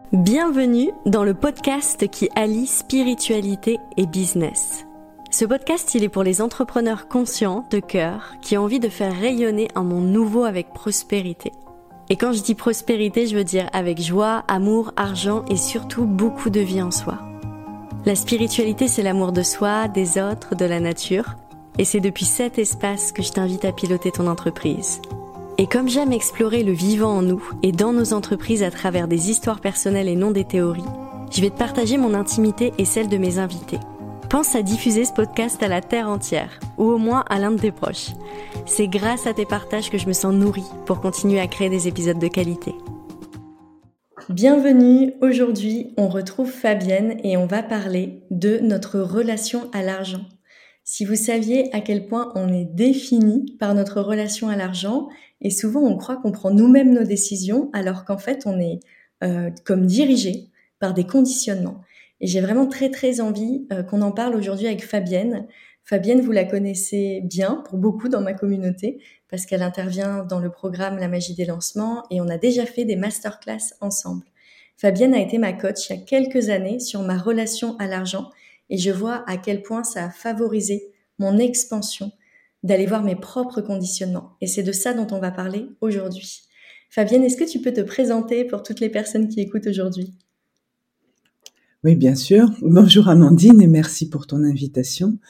Bienvenue dans le podcast qui allie spiritualité et business. Ce podcast, il est pour les entrepreneurs conscients, de cœur, qui ont envie de faire rayonner un monde nouveau avec prospérité. Et quand je dis prospérité, je veux dire avec joie, amour, argent et surtout beaucoup de vie en soi. La spiritualité, c'est l'amour de soi, des autres, de la nature. Et c'est depuis cet espace que je t'invite à piloter ton entreprise. Et comme j'aime explorer le vivant en nous et dans nos entreprises à travers des histoires personnelles et non des théories, je vais te partager mon intimité et celle de mes invités. Pense à diffuser ce podcast à la terre entière, ou au moins à l'un de tes proches. C'est grâce à tes partages que je me sens nourrie pour continuer à créer des épisodes de qualité. Bienvenue, aujourd'hui on retrouve Fabienne et on va parler de notre relation à l'argent. Si vous saviez à quel point on est défini par notre relation à l'argent, et souvent on croit qu'on prend nous-mêmes nos décisions, alors qu'en fait on est comme dirigé par des conditionnements. Et j'ai vraiment très envie qu'on en parle aujourd'hui avec Fabienne. Fabienne, vous la connaissez bien, pour beaucoup dans ma communauté, parce qu'elle intervient dans le programme La Magie des Lancements et on a déjà fait des masterclass ensemble. Fabienne a été ma coach il y a quelques années sur ma relation à l'argent et je vois à quel point ça a favorisé mon expansion, d'aller voir mes propres conditionnements. Et c'est de ça dont on va parler aujourd'hui. Fabienne, est-ce que tu peux te présenter pour toutes les personnes qui écoutent aujourd'hui ? Oui, bien sûr. Bonjour Amandine et merci pour ton invitation.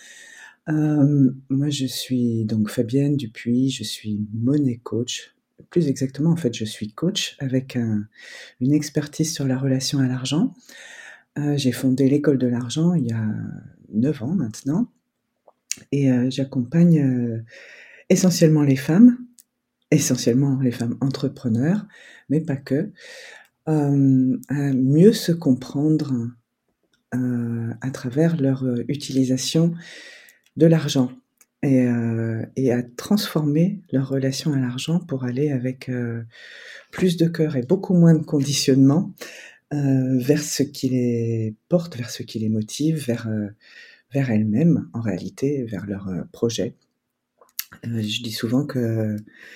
Moi, je suis donc Fabienne Dupuis, je suis money coach. Plus exactement, en fait, je suis coach avec une expertise sur la relation à l'argent. J'ai fondé l'école de l'argent il y a 9 ans maintenant et j'accompagne essentiellement les femmes entrepreneurs, mais pas que, à mieux se comprendre à travers leur utilisation de l'argent et à transformer leur relation à l'argent pour aller avec plus de cœur et beaucoup moins de conditionnement vers ce qui les porte, vers ce qui les motive, vers elles-mêmes, en réalité, vers leur projet. Je dis souvent que,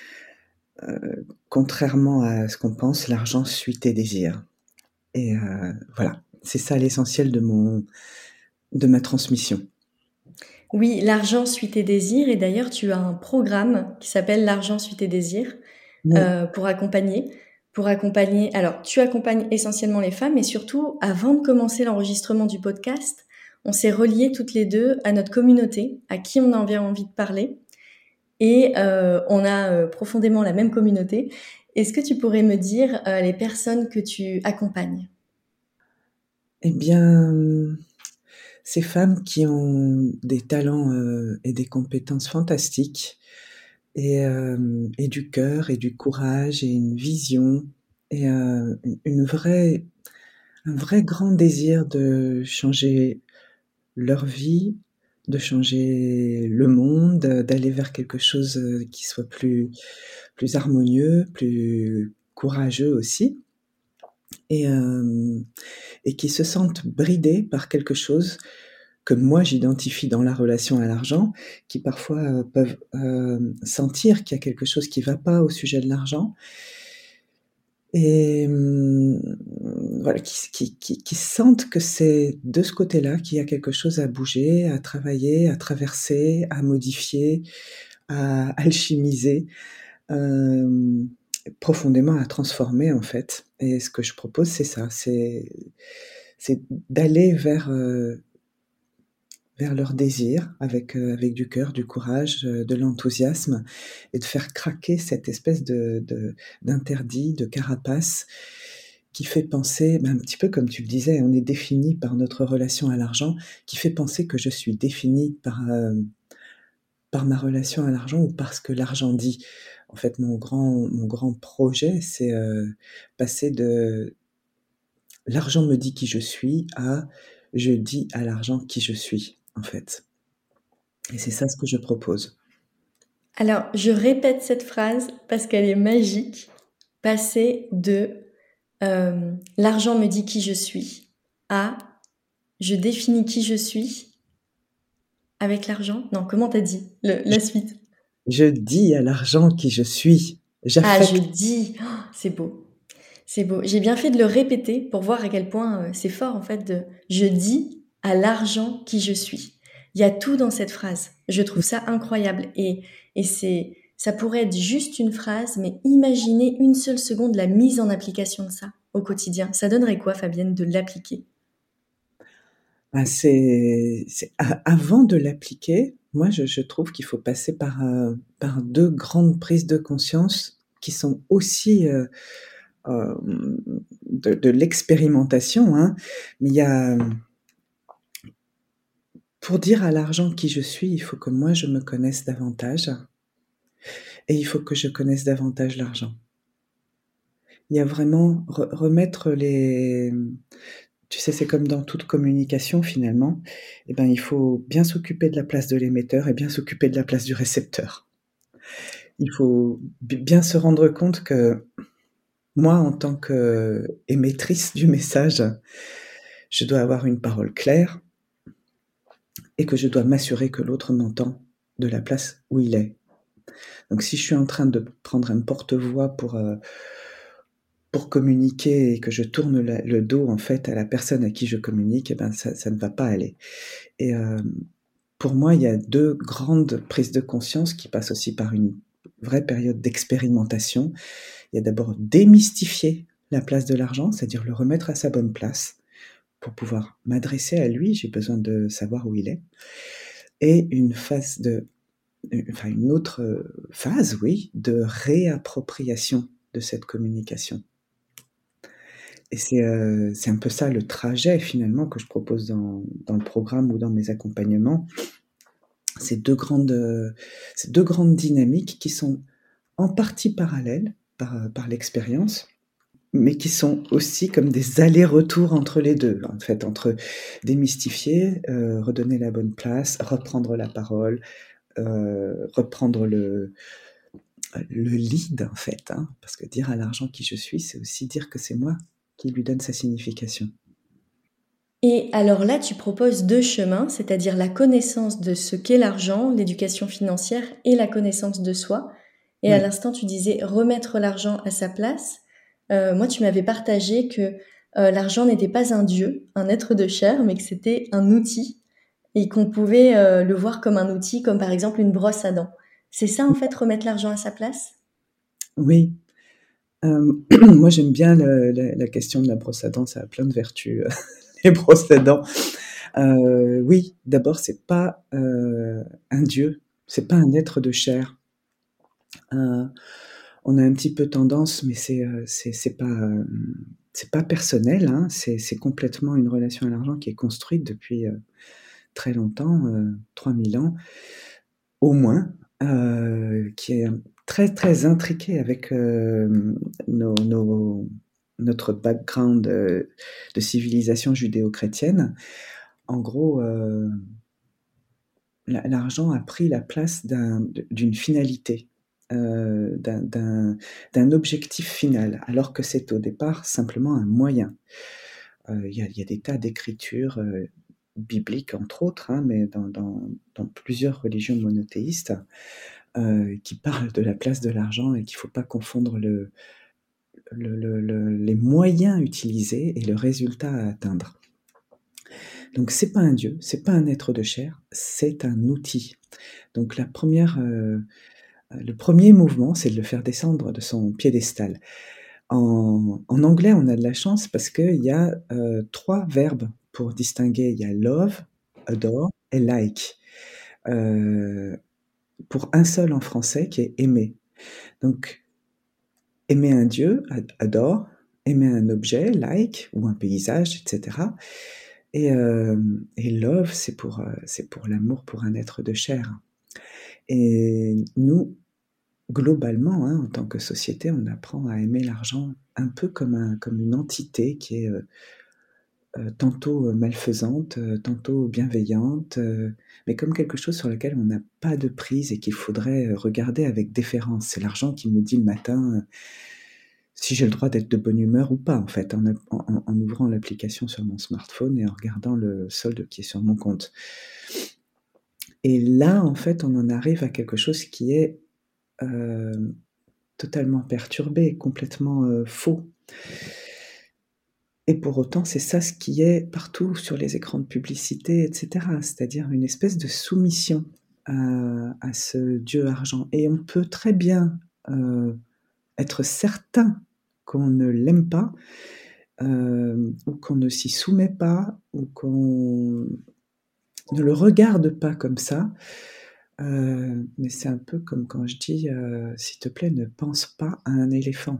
contrairement à ce qu'on pense, l'argent suit tes désirs. Et voilà, c'est ça l'essentiel de ma transmission. Oui, l'argent suit tes désirs et d'ailleurs tu as un programme qui s'appelle L'argent suit tes désirs pour accompagner. Alors tu accompagnes essentiellement les femmes et surtout avant de commencer l'enregistrement du podcast, on s'est reliées toutes les deux à notre communauté, à qui on avait envie de parler et on a profondément la même communauté. Est-ce que tu pourrais me dire les personnes que tu accompagnes ? Eh bien, ces femmes qui ont des talents et des compétences fantastiques et du cœur et du courage et une vision et un vrai grand désir de changer leur vie, de changer le monde, d'aller vers quelque chose qui soit plus harmonieux, plus courageux aussi et qui se sentent bridées par quelque chose que moi j'identifie dans la relation à l'argent, qui parfois peuvent sentir qu'il y a quelque chose qui va pas au sujet de l'argent et voilà, qui sentent que c'est de ce côté-là qu'il y a quelque chose à bouger, à travailler, à traverser, à modifier, à alchimiser, profondément à transformer en fait. Et ce que je propose, c'est ça, c'est d'aller vers leurs désirs avec du cœur, du courage, de l'enthousiasme et de faire craquer cette espèce d'interdit, de carapace qui fait penser, un petit peu comme tu le disais, on est défini par notre relation à l'argent, qui fait penser que je suis définie par ma relation à l'argent ou par ce que l'argent dit. En fait, mon grand projet, c'est passer de « l'argent me dit qui je suis » à « je dis à l'argent qui je suis », en fait. Et c'est ça ce que je propose. Alors, je répète cette phrase parce qu'elle est magique. Passer de l'argent me dit qui je suis à je définis qui je suis avec l'argent. Non, comment t'as dit la suite ? Je dis à l'argent qui je suis. Ah, je J'affecte. dis. Oh, c'est beau. C'est beau. J'ai bien fait de le répéter pour voir à quel point c'est fort en fait de je dis à l'argent qui je suis. Il y a tout dans cette phrase. Je trouve ça incroyable et c'est ça pourrait être juste une phrase, mais imaginez une seule seconde la mise en application de ça au quotidien. Ça donnerait quoi, Fabienne, de l'appliquer? Ben, avant de l'appliquer, moi je trouve qu'il faut passer par 2 grandes prises de conscience qui sont aussi, de l'expérimentation, hein. Mais il y a, pour dire à l'argent qui je suis, il faut que moi je me connaisse davantage et il faut que je connaisse davantage l'argent. Il y a vraiment remettre les, tu sais, c'est comme dans toute communication finalement, eh ben, il faut bien s'occuper de la place de l'émetteur et bien s'occuper de la place du récepteur. Il faut bien se rendre compte que moi, en tant qu'émettrice du message, je dois avoir une parole claire et que je dois m'assurer que l'autre m'entend de la place où il est. Donc si je suis en train de prendre un porte-voix pour communiquer et que je tourne le dos en fait à la personne à qui je communique, eh ben ça ne va pas aller. Et pour moi, il y a 2 grandes prises de conscience qui passent aussi par une vraie période d'expérimentation. Il y a d'abord démystifier la place de l'argent, c'est-à-dire le remettre à sa bonne place. Pour pouvoir m'adresser à lui, j'ai besoin de savoir où il est. Et une autre phase, oui, de réappropriation de cette communication. Et c'est un peu ça le trajet finalement que je propose dans le programme ou dans mes accompagnements. Ces 2 grandes dynamiques qui sont en partie parallèles par l'expérience, mais qui sont aussi comme des allers-retours entre les 2, en fait, entre démystifier, redonner la bonne place, reprendre la parole, reprendre le lead, en fait, hein. Parce que dire à l'argent qui je suis, c'est aussi dire que c'est moi qui lui donne sa signification. Et alors là, tu proposes 2 chemins, c'est-à-dire la connaissance de ce qu'est l'argent, l'éducation financière et la connaissance de soi. Et à Ouais. l'instant, tu disais remettre l'argent à sa place. Moi, tu m'avais partagé que l'argent n'était pas un dieu, un être de chair, mais que c'était un outil et qu'on pouvait le voir comme un outil, comme par exemple une brosse à dents. C'est ça, en fait, remettre l'argent à sa place? Oui. Moi, j'aime bien la question de la brosse à dents, ça a plein de vertus, les brosses à dents. Oui, d'abord, c'est pas, un dieu, c'est pas un être de chair. On a un petit peu tendance, mais c'est pas personnel, hein, c'est complètement une relation à l'argent qui est construite depuis, très longtemps, 3000 ans au moins, qui est très, très intriquée avec, notre background, de civilisation judéo-chrétienne. En gros, l'argent a pris la place d'une finalité, d'un objectif final, alors que c'est au départ simplement un moyen. Il y a des tas d'écritures, bibliques entre autres, hein, mais dans plusieurs religions monothéistes, qui parlent de la place de l'argent et qu'il ne faut pas confondre les moyens utilisés et le résultat à atteindre. Donc c'est pas un dieu, c'est pas un être de chair, c'est un outil. Donc le premier mouvement, c'est de le faire descendre de son piédestal. En anglais, on a de la chance parce qu'il y a 3 verbes pour distinguer. Il y a love, adore et like. Pour un seul en français qui est aimer. Donc aimer un dieu, adore, aimer un objet, like, ou un paysage, etc. Et love, c'est pour l'amour pour un être de chair. Et nous, globalement, hein, en tant que société, on apprend à aimer l'argent un peu comme une entité qui est tantôt malfaisante, tantôt bienveillante, mais comme quelque chose sur lequel on n'a pas de prise et qu'il faudrait regarder avec déférence. C'est l'argent qui me dit le matin si j'ai le droit d'être de bonne humeur ou pas, en fait, en ouvrant l'application sur mon smartphone et en regardant le solde qui est sur mon compte. Et là, en fait, on en arrive à quelque chose qui est totalement perturbé, complètement faux. Et pour autant, c'est ça ce qui est partout sur les écrans de publicité, et cetera. C'est-à-dire une espèce de soumission à ce dieu argent et on peut très bien, être certain qu'on ne l'aime pas, ou qu'on ne s'y soumet pas, ou qu'on ne le regarde pas comme ça, mais c'est un peu comme quand je dis, «S'il te plaît, ne pense pas à un éléphant».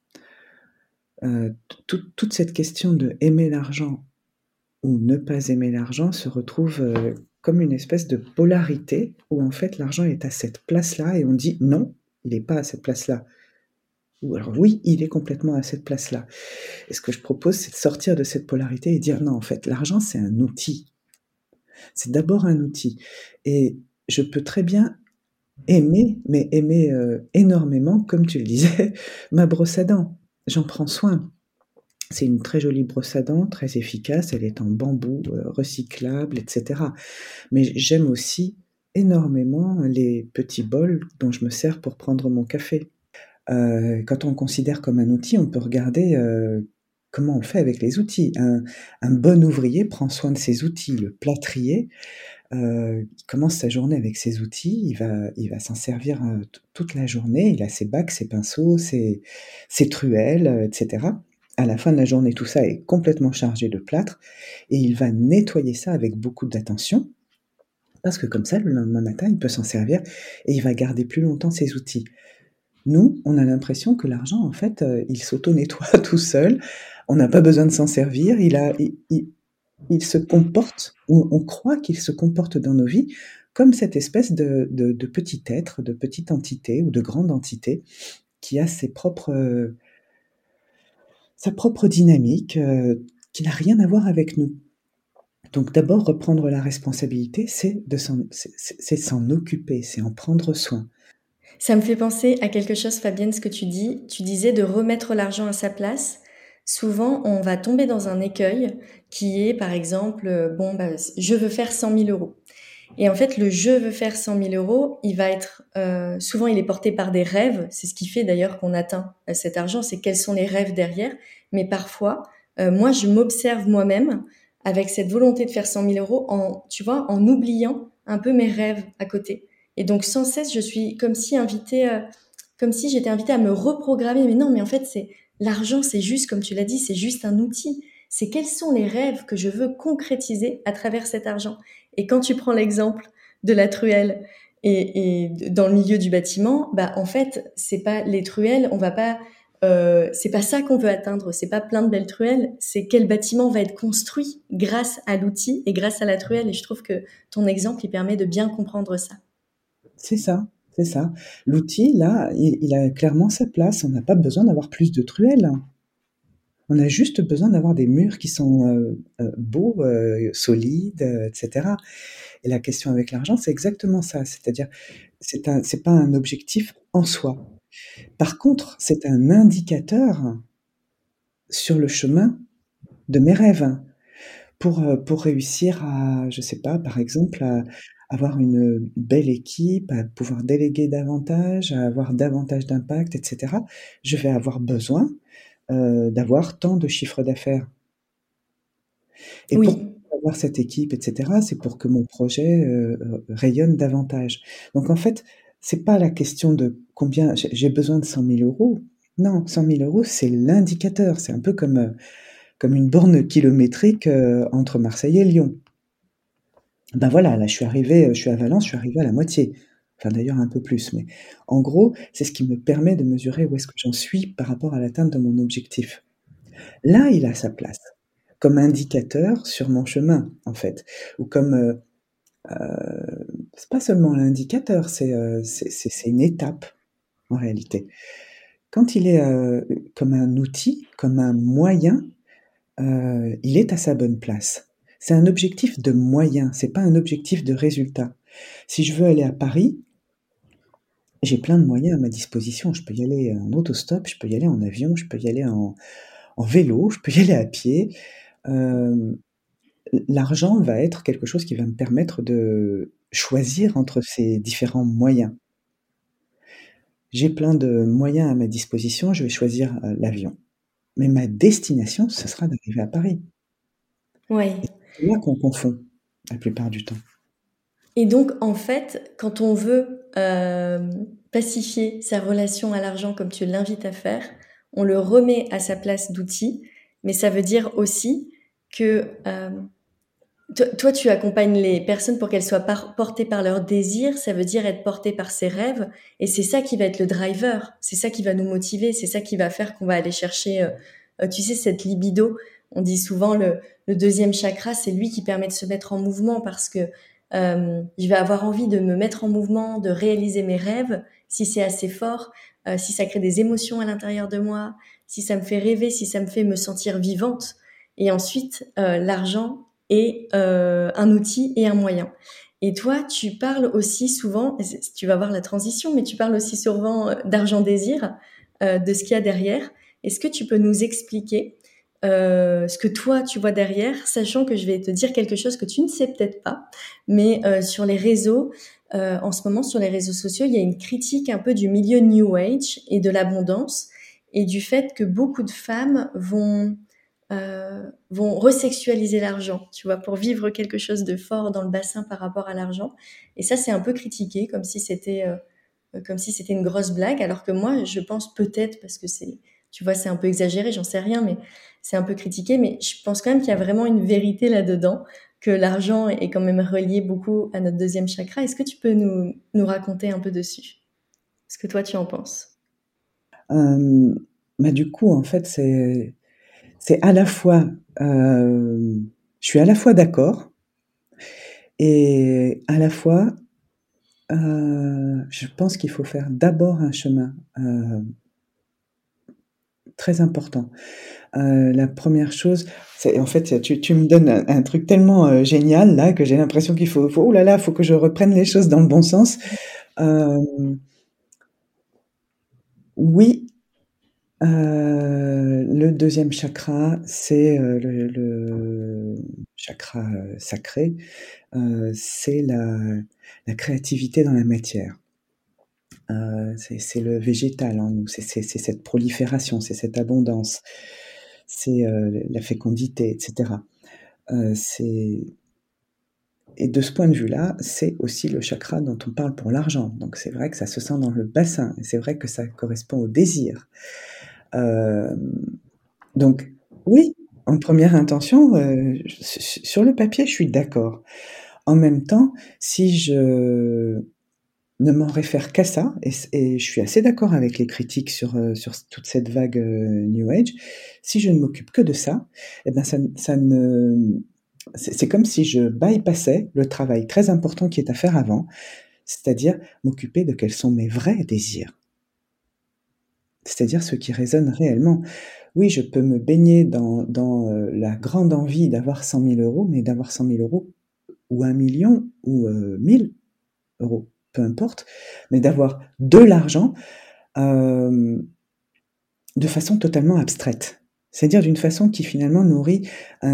Toute cette question de aimer l'argent ou ne pas aimer l'argent se retrouve, comme une espèce de polarité où en fait l'argent est à cette place-là et on dit: «Non, il est pas à cette place-là» ou alors: «Oui, il est complètement à cette place-là» et ce que je propose, c'est de sortir de cette polarité et dire: «Non, en fait, l'argent, c'est un outil. C'est d'abord un outil et je peux très bien aimer, mais aimer, énormément, comme tu le disais, ma brosse à dents. J'en prends soin. C'est une très jolie brosse à dents, très efficace, elle est en bambou, recyclable et cetera. Mais j'aime aussi énormément les petits bols dont je me sers pour prendre mon café. Quand on le considère comme un outil, on peut regarder, comment on fait avec les outils. Un bon ouvrier prend soin de ses outils. Le plâtrier, il commence sa journée avec ses outils, il va s'en servir, toute la journée. Il a ses bacs, ses pinceaux, ses truelles, et cetera. À la fin de la journée, tout ça est complètement chargé de plâtre et il va nettoyer ça avec beaucoup d'attention parce que comme ça, le lendemain matin, il peut s'en servir et il va garder plus longtemps ses outils. Nous, on a l'impression que l'argent, en fait, il s'auto-nettoie tout seul. On n'a pas besoin de s'en servir. Il se comporte, on croit qu'il se comporte dans nos vies comme cette espèce de petit être, de petite entité ou de grande entité qui a sa propre dynamique, qui n'a rien à voir avec nous. Donc d'abord, reprendre la responsabilité, c'est s'en occuper, c'est en prendre soin. Ça me fait penser à quelque chose, Fabienne, ce que tu dis. Tu disais de remettre l'argent à sa place. Souvent, on va tomber dans un écueil qui est, par exemple, bon, bah, je veux faire 100 000 euros. Et en fait, le je veux faire 100 000 euros, il va être, souvent, il est porté par des rêves. C'est ce qui fait d'ailleurs qu'on atteint cet argent, c'est quels sont les rêves derrière. Mais parfois, moi, je m'observe moi-même avec cette volonté de faire 100 000 euros tu vois, en oubliant un peu mes rêves à côté. Et donc, sans cesse, je suis comme si j'étais invitée à me reprogrammer. Mais non, mais en fait, l'argent, c'est juste, comme tu l'as dit, c'est juste un outil. C'est quels sont les rêves que je veux concrétiser à travers cet argent. Et quand tu prends l'exemple de la truelle et dans le milieu du bâtiment, bah en fait, c'est pas les truelles, on va pas, c'est pas ça qu'on veut atteindre, c'est pas plein de belles truelles, c'est quel bâtiment va être construit grâce à l'outil et grâce à la truelle. Et je trouve que ton exemple, il permet de bien comprendre ça. C'est ça, c'est ça. L'outil, là, il a clairement sa place. On n'a pas besoin d'avoir plus de truelles. On a juste besoin d'avoir des murs qui sont, beaux, solides, et cetera. Et la question avec l'argent, c'est exactement ça. C'est-à-dire, c'est pas un objectif en soi. Par contre, c'est un indicateur sur le chemin de mes rêves. Pour réussir à, je sais pas, par exemple, à avoir une belle équipe, à pouvoir déléguer davantage, à avoir davantage d'impact et cetera, je vais avoir besoin, d'avoir tant de chiffre d'affaires et pour Oui, avoir cette équipe et cetera, c'est pour que mon projet, rayonne davantage. Donc en fait, c'est pas la question de combien j'ai besoin de 100 000 euros. Non, 100 000 euros, c'est l'indicateur. C'est un peu comme une borne kilométrique, entre Marseille et Lyon. Ben voilà, là, je suis à Valence, je suis arrivée à la moitié. Enfin, d'ailleurs, un peu plus, mais en gros, c'est ce qui me permet de mesurer où est-ce que j'en suis par rapport à l'atteinte de mon objectif. Là, il a sa place, comme indicateur sur mon chemin, en fait, ou comme, c'est pas seulement l'indicateur, c'est une étape, en réalité. Quand il est, comme un outil, comme un moyen, il est à sa bonne place. C'est un objectif de moyen, c'est pas un objectif de résultat. Si je veux aller à Paris, j'ai plein de moyens à ma disposition. Je peux y aller en autostop, je peux y aller en avion, je peux y aller en vélo, je peux y aller à pied. Hem, L'argent va être quelque chose qui va me permettre de choisir entre ces différents moyens. J'ai plein de moyens à ma disposition, je vais choisir, l'avion. mais ma destination, ce sera d'arriver à Paris. Et Ouais. c'est là qu'on confond la plupart du temps. Et donc, en fait, quand on veut pacifier sa relation à l'argent comme tu l'invites à faire, on le remet à sa place d'outil, mais ça veut dire aussi que toi, tu accompagnes les personnes pour qu'elles soient portées par leurs désirs, ça veut dire être portées par ses rêves, et c'est ça qui va être le driver, c'est ça qui va nous motiver, c'est ça qui va faire qu'on va aller chercher, tu sais, cette libido. On dit souvent le deuxième chakra, c'est lui qui permet de se mettre en mouvement parce que je vais avoir envie de me mettre en mouvement, de réaliser mes rêves, si c'est assez fort, si ça crée des émotions à l'intérieur de moi, si ça me fait rêver, si ça me fait me sentir vivante. Et ensuite, l'argent est un outil et un moyen. Et toi, tu parles aussi souvent, tu vas voir la transition, mais tu parles aussi souvent d'argent désir, de ce qu'il y a derrière. Est-ce que tu peux nous expliquer ce que toi tu vois derrière, sachant que je vais te dire quelque chose que tu ne sais peut-être pas, mais sur les réseaux, en ce moment sur les réseaux sociaux, il y a une critique un peu du milieu New Age et de l'abondance et du fait que beaucoup de femmes vont resexualiser l'argent, tu vois, pour vivre quelque chose de fort dans le bassin par rapport à l'argent. Et ça, c'est un peu critiqué, comme si c'était une grosse blague, alors que moi, je pense peut-être, parce que c'est, tu vois, c'est un peu exagéré, j'en sais rien, mais c'est un peu critiqué, mais je pense quand même qu'il y a vraiment une vérité là-dedans, que l'argent est quand même relié beaucoup à notre deuxième chakra. Est-ce que tu peux nous raconter un peu dessus? Ce que toi, tu en penses? Euh, du coup, en fait, c'est à la fois, je suis à la fois d'accord et à la fois, je pense qu'il faut faire d'abord un chemin très important. La première chose, c'est en fait, tu me donnes un truc tellement génial là que j'ai l'impression qu'il oh là là, faut que je reprenne les choses dans le bon sens. Euh, oui, le deuxième chakra, c'est le chakra sacré, c'est la créativité dans la matière. C'est le végétal en nous, c'est cette prolifération, c'est cette abondance, c'est la fécondité, etc. C'est Et de ce point de vue-là, c'est aussi le chakra dont on parle pour l'argent. Donc c'est vrai que ça se sent dans le bassin, et c'est vrai que ça correspond au désir. Euh, donc oui, en première intention, sur le papier, je suis d'accord. En même temps, si je ne m'en réfère qu'à ça, et je suis assez d'accord avec les critiques sur toute cette vague New Age, si je ne m'occupe que de ça, eh ben ça ne c'est comme si je bypassais le travail très important qui est à faire avant, c'est-à-dire m'occuper de quels sont mes vrais désirs, c'est-à-dire ceux qui résonnent réellement. Oui, je peux me baigner dans la grande envie d'avoir 100 000 euros, mais d'avoir 100 000 euros ou 1 million ou 1 000 euros, peu importe, mais d'avoir de l'argent euh, de façon totalement abstraite, c'est-à-dire d'une façon qui finalement nourrit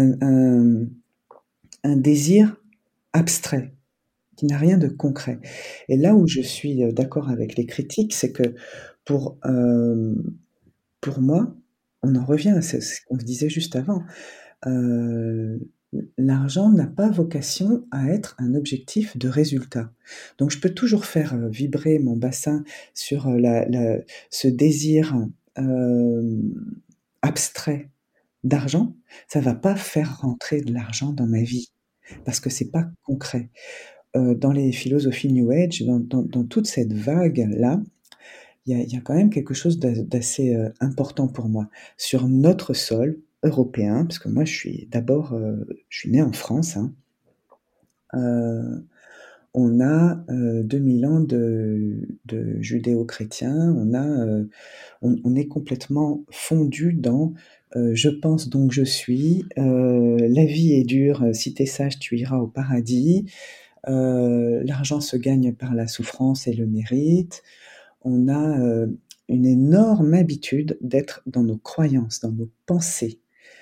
un désir abstrait, qui n'a rien de concret. Et là où je suis d'accord avec les critiques, c'est que pour, euh, pour moi, on en revient à ce qu'on se disait juste avant, euh, l'argent n'a pas vocation à être un objectif de résultat. Donc je peux toujours faire vibrer mon bassin sur ce désir euh, abstrait d'argent, ça va pas faire rentrer de l'argent dans ma vie parce que c'est pas concret. Dans les philosophies New Age, dans toute cette vague-là, il y a quand même quelque chose d'assez important pour moi. Sur notre sol européen, parce que moi je suis né en France, hein, euh, on a 2000 ans de judéo-chrétiens, on est complètement fondu dans je pense donc je suis, la vie est dure, si t'es sage tu iras au paradis, l'argent se gagne par la souffrance et le mérite. On a une énorme habitude d'être dans nos croyances, dans nos pensées,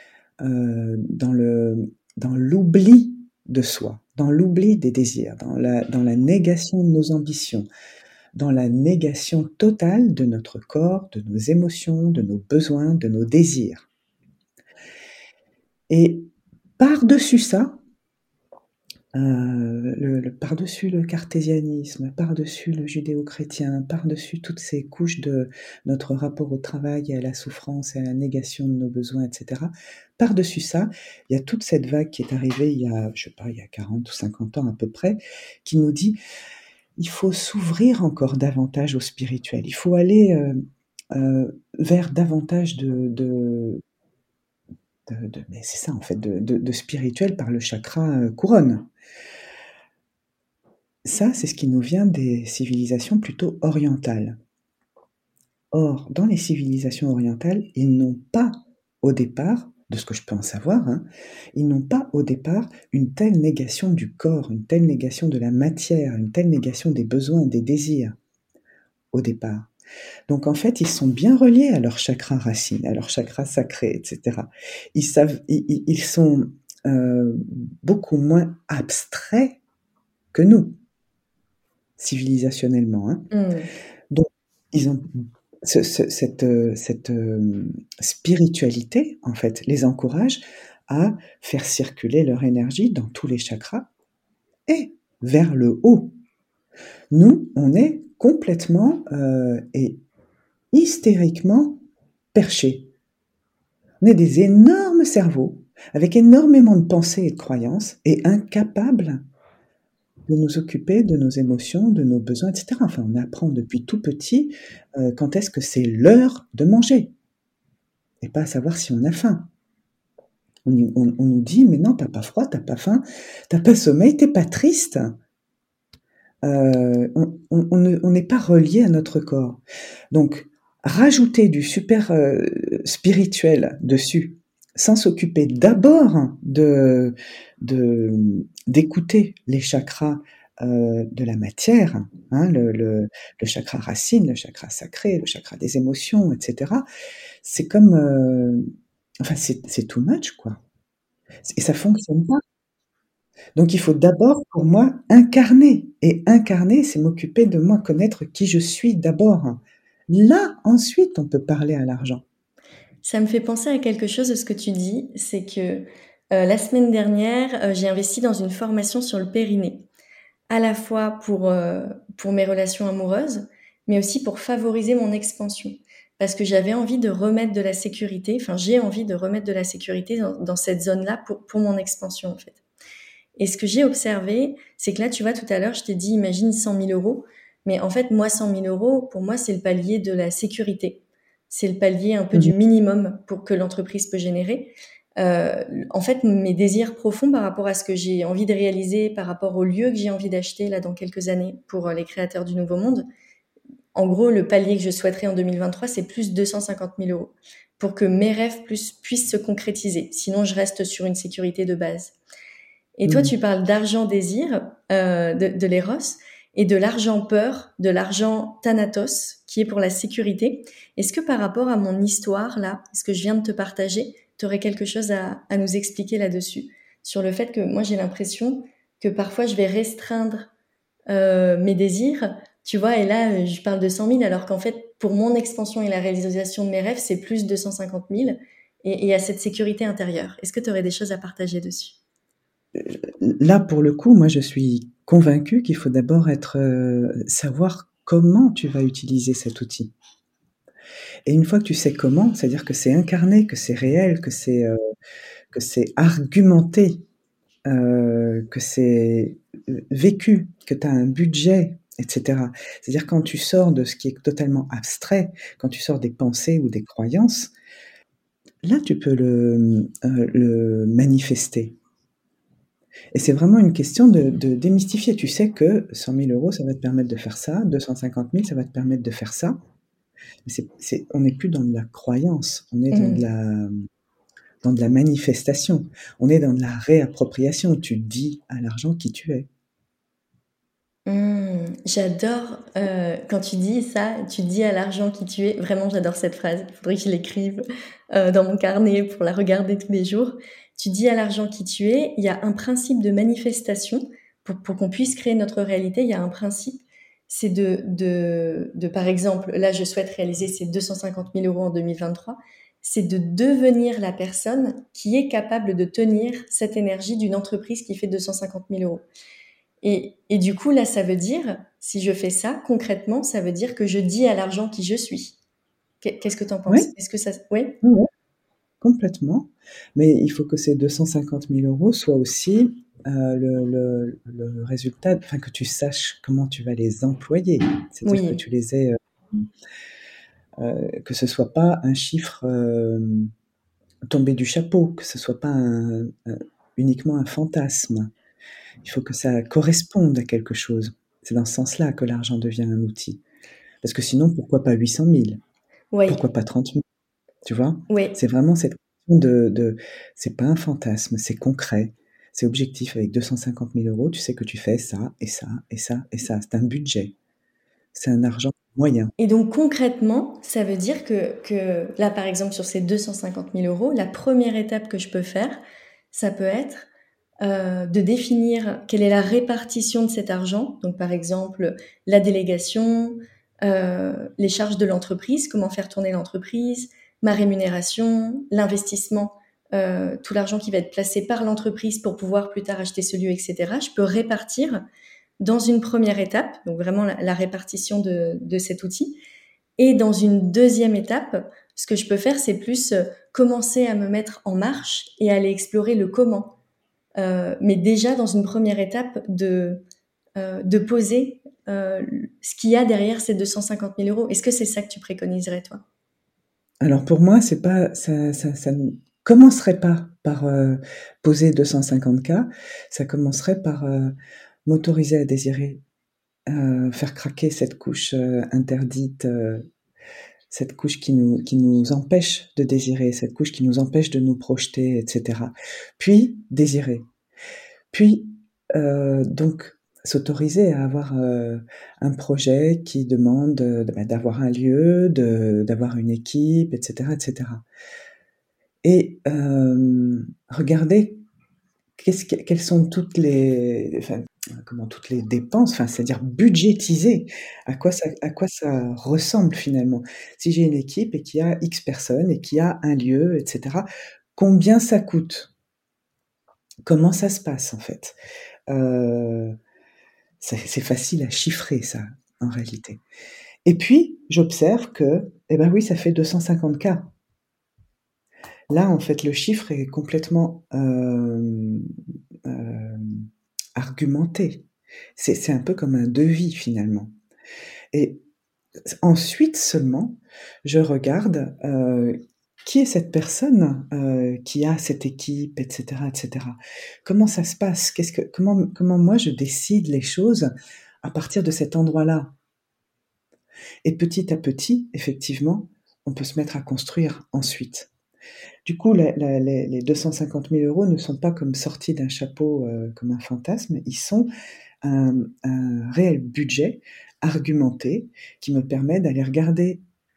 dans l'oubli de soi, dans l'oubli des désirs, dans la négation de nos ambitions, dans la négation totale de notre corps, de nos émotions, de nos besoins, de nos désirs. Et par-dessus ça, par-dessus le cartésianisme, par-dessus le judéo-chrétien, par-dessus toutes ces couches de notre rapport au travail et à la souffrance et à la négation de nos besoins, etc. Par-dessus ça, il y a toute cette vague qui est arrivée il y a, je sais pas, il y a 40 ou 50 ans à peu près, qui nous dit il faut s'ouvrir encore davantage au spirituel. Il faut aller vers davantage mais c'est ça en fait, de spirituel par le chakra couronne. Ça, c'est ce qui nous vient des civilisations plutôt orientales. Or, dans les civilisations orientales, ils n'ont pas au départ, de ce que je peux en savoir, hein, ils n'ont pas au départ une telle négation du corps, une telle négation de la matière, une telle négation des besoins, des désirs, au départ. Donc en fait, ils sont bien reliés à leur chakra racine, à leur chakra sacré, etc. Ils sont beaucoup moins abstraits que nous, civilisationnellement, hein. Donc, ils ont cette spiritualité, en fait, les encourage à faire circuler leur énergie dans tous les chakras et vers le haut. Nous, on est complètement et hystériquement perchés. On est des énormes cerveaux avec énormément de pensées et de croyances et incapables de nous occuper de nos émotions, de nos besoins, etc. Enfin, on apprend depuis tout petit quand est-ce que c'est l'heure de manger et pas à savoir si on a faim. On nous dit, mais non, t'as pas froid, t'as pas faim, t'as pas sommeil, t'es pas triste. On n'est pas relié à notre corps. Donc, rajouter du super spirituel dessus, sans s'occuper d'abord d'écouter les chakras de la matière, hein, le chakra racine, le chakra sacré, le chakra des émotions, etc. C'est comme, enfin, c'est too much, quoi. Et ça fonctionne pas. Donc il faut d'abord, pour moi, incarner. Et incarner, c'est m'occuper de moi, connaître qui je suis d'abord. Là, ensuite, on peut parler à l'argent. Ça me fait penser à quelque chose de ce que tu dis, c'est que la semaine dernière, j'ai investi dans une formation sur le périnée, à la fois pour mes relations amoureuses, mais aussi pour favoriser mon expansion. Parce que j'avais envie de remettre de la sécurité, enfin j'ai envie de remettre de la sécurité dans cette zone-là pour mon expansion en fait. Et ce que j'ai observé, c'est que là, tu vois, tout à l'heure, je t'ai dit, imagine 100 000 euros. Mais en fait, moi, 100 000 euros, pour moi, c'est le palier de la sécurité. C'est le palier un peu du minimum pour que l'entreprise peut générer. En fait, mes désirs profonds par rapport à ce que j'ai envie de réaliser, par rapport au lieu que j'ai envie d'acheter là dans quelques années pour les créateurs du Nouveau Monde, en gros, le palier que je souhaiterais en 2023, c'est plus 250 000 euros pour que mes rêves puissent se concrétiser. Sinon, je reste sur une sécurité de base. Et toi, tu parles d'argent désir, de l'éros, et de l'argent peur, de l'argent thanatos, qui est pour la sécurité. Est-ce que par rapport à mon histoire, là, ce que je viens de te partager, tu aurais quelque chose à nous expliquer là-dessus? Sur le fait que moi, j'ai l'impression que parfois, je vais restreindre mes désirs, tu vois, et là, je parle de 100 000, alors qu'en fait, pour mon expansion et la réalisation de mes rêves, c'est plus de 250 000, et il y a cette sécurité intérieure. Est-ce que tu aurais des choses à partager dessus? Là, pour le coup, moi, je suis convaincue qu'il faut d'abord savoir comment tu vas utiliser cet outil. Et une fois que tu sais comment, c'est-à-dire que c'est incarné, que c'est réel, que c'est argumenté, que c'est vécu, que tu as un budget, etc. C'est-à-dire quand tu sors de ce qui est totalement abstrait, quand tu sors des pensées ou des croyances, là, tu peux le manifester. Et c'est vraiment une question de démystifier. Tu sais que 100 000 euros, ça va te permettre de faire ça, 250 000, ça va te permettre de faire ça. Mais on n'est plus dans de la croyance, on est dans de la manifestation, on est dans de la réappropriation. Tu dis à l'argent qui tu es. J'adore quand tu dis ça, tu dis à l'argent qui tu es. Vraiment, j'adore cette phrase. Il faudrait que je l'écrive dans mon carnet pour la regarder tous les jours. Tu dis à l'argent qui tu es. Il y a un principe de manifestation pour qu'on puisse créer notre réalité. Il y a un principe, c'est par exemple, là, je souhaite réaliser ces 250 000 euros en 2023. c'est de devenir la personne qui est capable de tenir cette énergie d'une entreprise qui fait 250 000 euros. Et du coup, là, ça veut dire, si je fais ça, concrètement, ça veut dire que je dis à l'argent qui je suis. Qu'est-ce que tu en penses? Oui, Est-ce que ça... Oui. ouais, complètement. Mais il faut que ces 250 000 euros soient aussi le résultat, enfin que tu saches comment tu vas les employer. C'est-à-dire que Oui. tu les aies, que ce soit pas un chiffre tombé du chapeau, que ce soit pas uniquement un fantasme. Il faut que ça corresponde à quelque chose. C'est dans ce sens-là que l'argent devient un outil. Parce que sinon, pourquoi pas 800 000? Oui. Pourquoi pas 30 000? Tu vois? Oui. C'est vraiment cette question c'est pas un fantasme, c'est concret, c'est objectif. Avec 250 000 euros, tu sais que tu fais ça et ça et ça et ça. C'est un budget, c'est un argent moyen. Et donc concrètement, ça veut dire que là, par exemple, sur ces 250 000 euros, la première étape que je peux faire, ça peut être de définir quelle est la répartition de cet argent. Donc par exemple, la délégation, les charges de l'entreprise, comment faire tourner l'entreprise, ma rémunération, l'investissement, tout l'argent qui va être placé par l'entreprise pour pouvoir plus tard acheter ce lieu, etc. Je peux répartir dans une première étape, donc vraiment la répartition de cet outil. Et dans une deuxième étape, ce que je peux faire, c'est plus commencer à me mettre en marche et aller explorer le comment. Mais déjà, dans une première étape, de poser ce qu'il y a derrière ces 250 000 euros. Est-ce que c'est ça que tu préconiserais, toi? Alors pour moi, c'est pas ça ne commencerait pas par, poser 250 K, ça commencerait par, m'autoriser à désirer, faire craquer cette couche, interdite, cette couche qui nous empêche de désirer, cette couche qui nous empêche de nous projeter, et cetera. Puis désirer. Puis, donc s'autoriser à avoir, un projet qui demande, d'avoir un lieu, d'avoir une équipe, et cetera, et cetera. Et regarder quelles sont toutes les, enfin, comment, toutes les dépenses, enfin, c'est-à-dire budgétiser à quoi ça ressemble finalement. Si j'ai une équipe et qu'il y a X personnes et qu'il y a un lieu, et cetera, combien ça coûte? Comment ça se passe en fait? Heu, c'est facile à chiffrer ça, en réalité. Et puis j'observe que, eh ben oui, ça fait 250 K. Là, en fait, le chiffre est complètement, argumenté. C'est un peu comme un devis finalement. Et ensuite seulement, je regarde, qui est cette personne, qui a cette équipe, et cetera, et cetera. Comment ça se passe? Comment moi je décide les choses à partir de cet endroit-là? Et petit à petit, effectivement, on peut se mettre à construire ensuite. Du coup, les 250 000 euros ne sont pas comme sortis d'un chapeau, comme un fantasme. Ils sont un réel budget argumenté qui me permet d'aller regarder,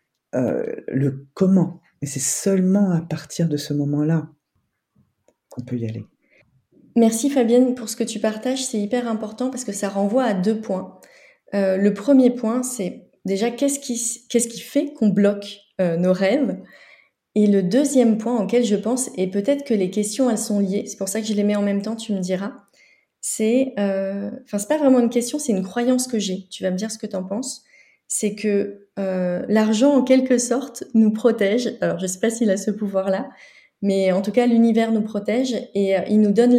le comment. Et c'est seulement à partir de ce moment-là qu'on peut y aller. Merci Fabienne pour ce que tu partages, c'est hyper important parce que ça renvoie à 2 points. Le premier point, c'est déjà qu'est-ce qui fait qu'on bloque nos rêves? Et le deuxième point auquel je pense, et peut-être que les questions elles sont liées, c'est pour ça que je les mets en même temps, tu me diras, c'est pas vraiment une question, c'est une croyance que j'ai. Tu vas me dire ce que tu en penses. C'est que l'argent, en quelque sorte, nous protège. Alors, je sais pas s'il a ce pouvoir-là, mais en tout cas, l'univers nous protège et il nous donne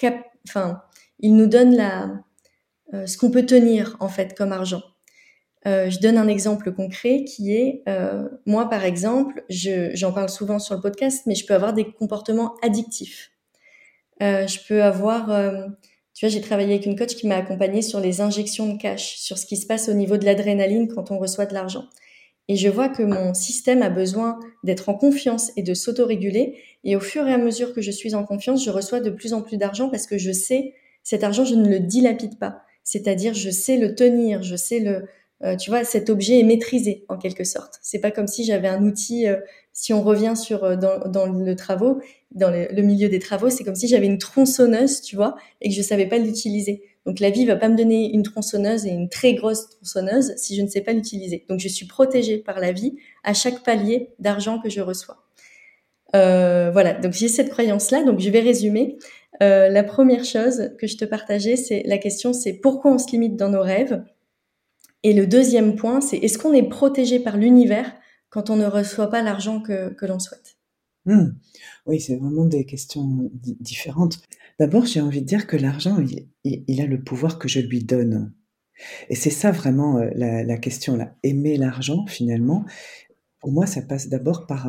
il nous donne ce qu'on peut tenir en fait comme argent. Je donne un exemple concret qui est, moi par exemple, j'en parle souvent sur le podcast, mais je peux avoir des comportements addictifs. Je peux avoir, tu vois, j'ai travaillé avec une coach qui m'a accompagnée sur les injections de cash, sur ce qui se passe au niveau de l'adrénaline quand on reçoit de l'argent. Et je vois que mon système a besoin d'être en confiance et de s'autoréguler. Et au fur et à mesure que je suis en confiance, je reçois de plus en plus d'argent parce que je sais, cet argent, je ne le dilapide pas. C'est-à-dire, je sais le tenir, je sais tu vois, cet objet est maîtrisé en quelque sorte. C'est pas comme si j'avais un outil, si on revient sur, dans le travaux, dans le milieu des travaux, c'est comme si j'avais une tronçonneuse, tu vois, et que je savais pas l'utiliser. Donc la vie va pas me donner une tronçonneuse et une très grosse tronçonneuse si je ne sais pas l'utiliser. Donc je suis protégée par la vie à chaque palier d'argent que je reçois. Voilà, donc j'ai cette croyance-là, donc je vais résumer. La première chose que je te partageais, c'est la question, c'est pourquoi on se limite dans nos rêves? Et le deuxième point, c'est est-ce qu'on est protégé par l'univers quand on ne reçoit pas l'argent que l'on souhaite? Mmh. Oui, c'est vraiment des questions différentes. D'abord, j'ai envie de dire que l'argent, il a le pouvoir que je lui donne. Et c'est ça vraiment la question là. Aimer l'argent, finalement, pour moi, ça passe d'abord par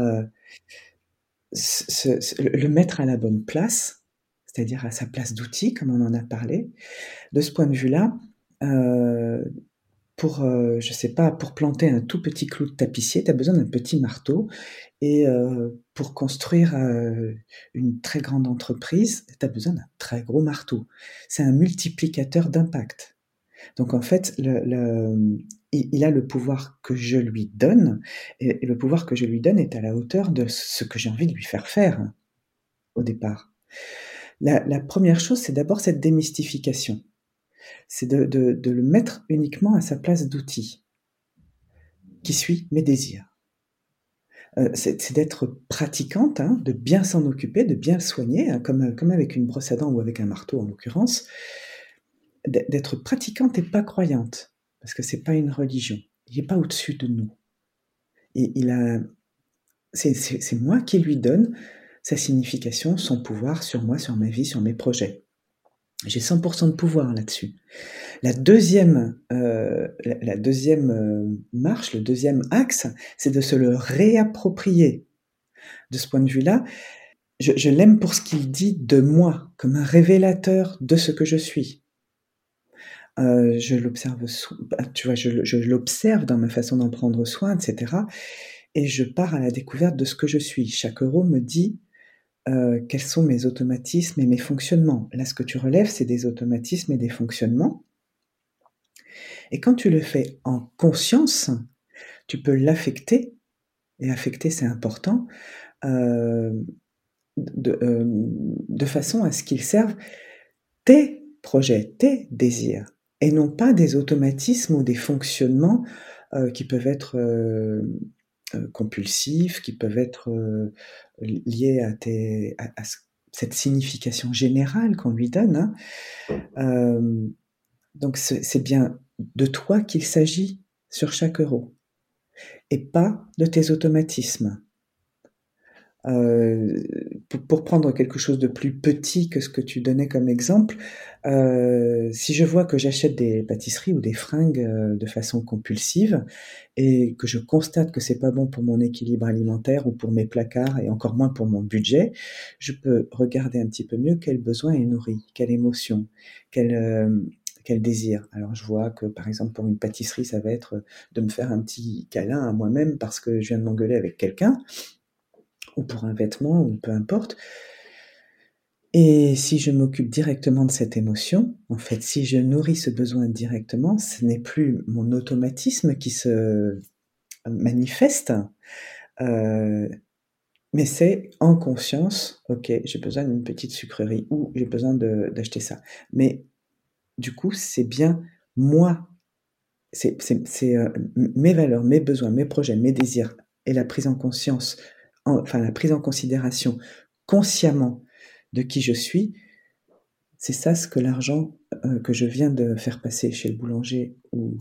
le mettre à la bonne place, c'est-à-dire à sa place d'outil, comme on en a parlé. De ce point de vue-là, euh, je sais pas, pour planter un tout petit clou de tapissier, tu as besoin d'un petit marteau. Et pour construire une très grande entreprise, tu as besoin d'un très gros marteau. C'est un multiplicateur d'impact. Donc en fait, il a le pouvoir que je lui donne, et le pouvoir que je lui donne est à la hauteur de ce que j'ai envie de lui faire faire, hein, au départ. La première chose, c'est d'abord cette démystification. C'est de le mettre uniquement à sa place d'outil, qui suit mes désirs. C'est d'être pratiquante, hein, de bien s'en occuper, de bien le soigner, hein, comme avec une brosse à dents ou avec un marteau en l'occurrence, d'être pratiquante et pas croyante, parce que c'est pas une religion. Il est pas au-dessus de nous. Et c'est moi qui lui donne sa signification, son pouvoir sur moi, sur ma vie, sur mes projets. J'ai 100% de pouvoir là-dessus. La deuxième marche, le deuxième axe, c'est de se le réapproprier. De ce point de vue-là, je l'aime pour ce qu'il dit de moi, comme un révélateur de ce que je suis. Je l'observe, tu vois, je l'observe dans ma façon d'en prendre soin, etc. Et je pars à la découverte de ce que je suis. Chaque euro me dit quels sont mes automatismes et mes fonctionnements. Là, ce que tu relèves, c'est des automatismes et des fonctionnements. Et quand tu le fais en conscience, tu peux l'affecter, et affecter, c'est important, euh, de façon à ce qu'ils servent tes projets, tes désirs, et non pas des automatismes ou des fonctionnements qui peuvent être compulsifs, qui peuvent être liés à cette signification générale qu'on lui donne, hein. Donc c'est bien de toi qu'il s'agit sur chaque euro, et pas de tes automatismes. Pour prendre quelque chose de plus petit que ce que tu donnais comme exemple, si je vois que j'achète des pâtisseries ou des fringues de façon compulsive et que je constate que c'est pas bon pour mon équilibre alimentaire ou pour mes placards et encore moins pour mon budget, je peux regarder un petit peu mieux quel besoin est nourri, quelle émotion, quel désir. Alors je vois que par exemple pour une pâtisserie, ça va être de me faire un petit câlin à moi-même parce que je viens de m'engueuler avec quelqu'un, ou pour un vêtement, ou peu importe. Et si je m'occupe directement de cette émotion, en fait, si je nourris ce besoin directement, ce n'est plus mon automatisme qui se manifeste, mais c'est en conscience, ok, j'ai besoin d'une petite sucrerie ou j'ai besoin d'acheter ça. Mais du coup, c'est bien moi, c'est mes valeurs, mes besoins, mes projets, mes désirs et la prise en conscience, enfin la prise en considération consciemment de qui je suis. C'est ça ce que l'argent que je viens de faire passer chez le boulanger ou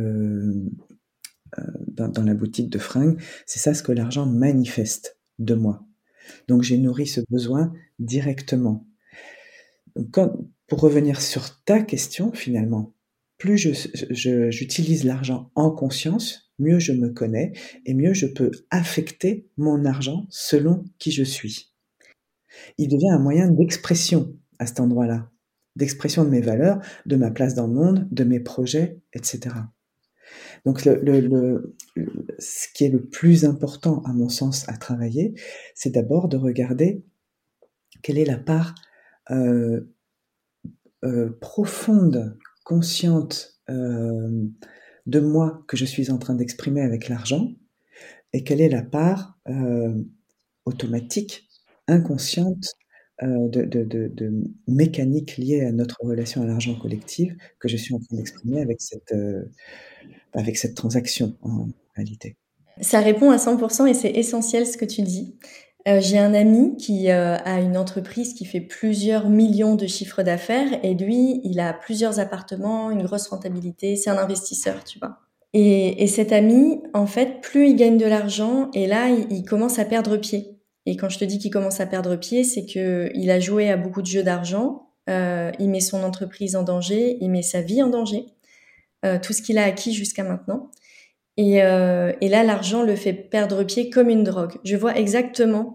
dans la boutique de fringues, c'est ça ce que l'argent manifeste de moi. Donc j'ai nourri ce besoin directement. Donc, pour revenir sur ta question, finalement, plus j'utilise l'argent en conscience, mieux je me connais et mieux je peux affecter mon argent selon qui je suis. Il devient un moyen d'expression à cet endroit-là, d'expression de mes valeurs, de ma place dans le monde, de mes projets, etc. Donc ce qui est le plus important à mon sens à travailler, c'est d'abord de regarder quelle est la part profonde, consciente de moi que je suis en train d'exprimer avec l'argent, et quelle est la part automatique, inconsciente, de mécanique liée à notre relation à l'argent collective que je suis en train d'exprimer avec cette transaction en réalité. Ça répond à 100% et c'est essentiel ce que tu dis. J'ai un ami qui a une entreprise qui fait plusieurs millions de chiffres d'affaires et lui, il a plusieurs appartements, une grosse rentabilité. C'est un investisseur, tu vois. Et cet ami, en fait, plus il gagne de l'argent, et là, il commence à perdre pied. Et quand je te dis qu'il commence à perdre pied, c'est que il a joué à beaucoup de jeux d'argent. Il met son entreprise en danger, il met sa vie en danger, tout ce qu'il a acquis jusqu'à maintenant. Et là, l'argent le fait perdre pied comme une drogue. Je vois exactement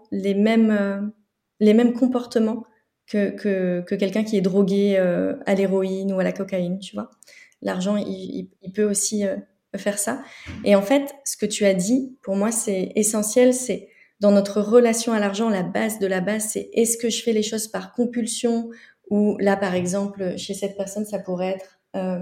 les mêmes comportements que quelqu'un qui est drogué à l'héroïne ou à la cocaïne, tu vois. L'argent, il peut aussi faire ça. Et en fait, ce que tu as dit, pour moi, c'est essentiel. C'est dans notre relation à l'argent, la base de la base, c'est est-ce que je fais les choses par compulsion ou là, par exemple, chez cette personne, ça pourrait être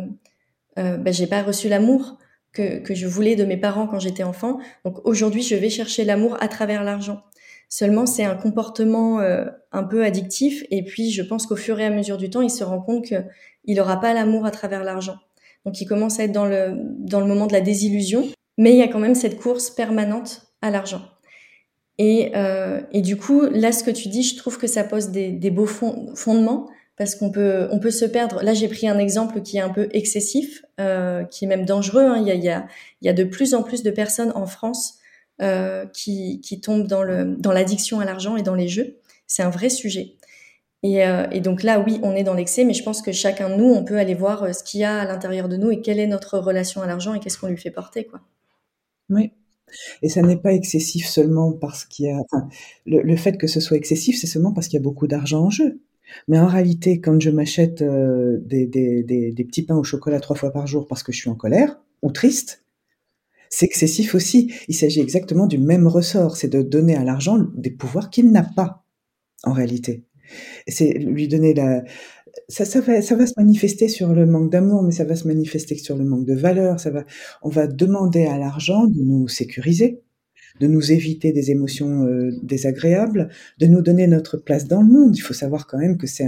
j'ai pas reçu l'amour que je voulais de mes parents quand j'étais enfant. Donc aujourd'hui, je vais chercher l'amour à travers l'argent. Seulement, c'est un comportement un peu addictif. Et puis, je pense qu'au fur et à mesure du temps, il se rend compte qu'il n'aura pas l'amour à travers l'argent. Donc, il commence à être dans le moment de la désillusion. Mais il y a quand même cette course permanente à l'argent. Et du coup, là, ce que tu dis, je trouve que ça pose des beaux fondements parce on peut se perdre. Là, j'ai pris un exemple qui est un peu excessif, qui est même dangereux, hein. Il y a de plus en plus de personnes en France qui tombent dans l'addiction à l'argent et dans les jeux. C'est un vrai sujet. Et donc là, oui, on est dans l'excès, mais je pense que chacun de nous, on peut aller voir ce qu'il y a à l'intérieur de nous et quelle est notre relation à l'argent et qu'est-ce qu'on lui fait porter, quoi. Oui. Et ça n'est pas excessif seulement parce qu'il y a, enfin, le fait que ce soit excessif, c'est seulement parce qu'il y a beaucoup d'argent en jeu. Mais en réalité, quand je m'achète des petits pains au chocolat 3 fois par jour parce que je suis en colère ou triste, c'est excessif aussi. Il s'agit exactement du même ressort, c'est de donner à l'argent des pouvoirs qu'il n'a pas en réalité. C'est lui donner ça va se manifester sur le manque d'amour, mais ça va se manifester sur le manque de valeur. On va demander à l'argent de nous sécuriser, de nous éviter des émotions désagréables, de nous donner notre place dans le monde. Il faut savoir quand même que c'est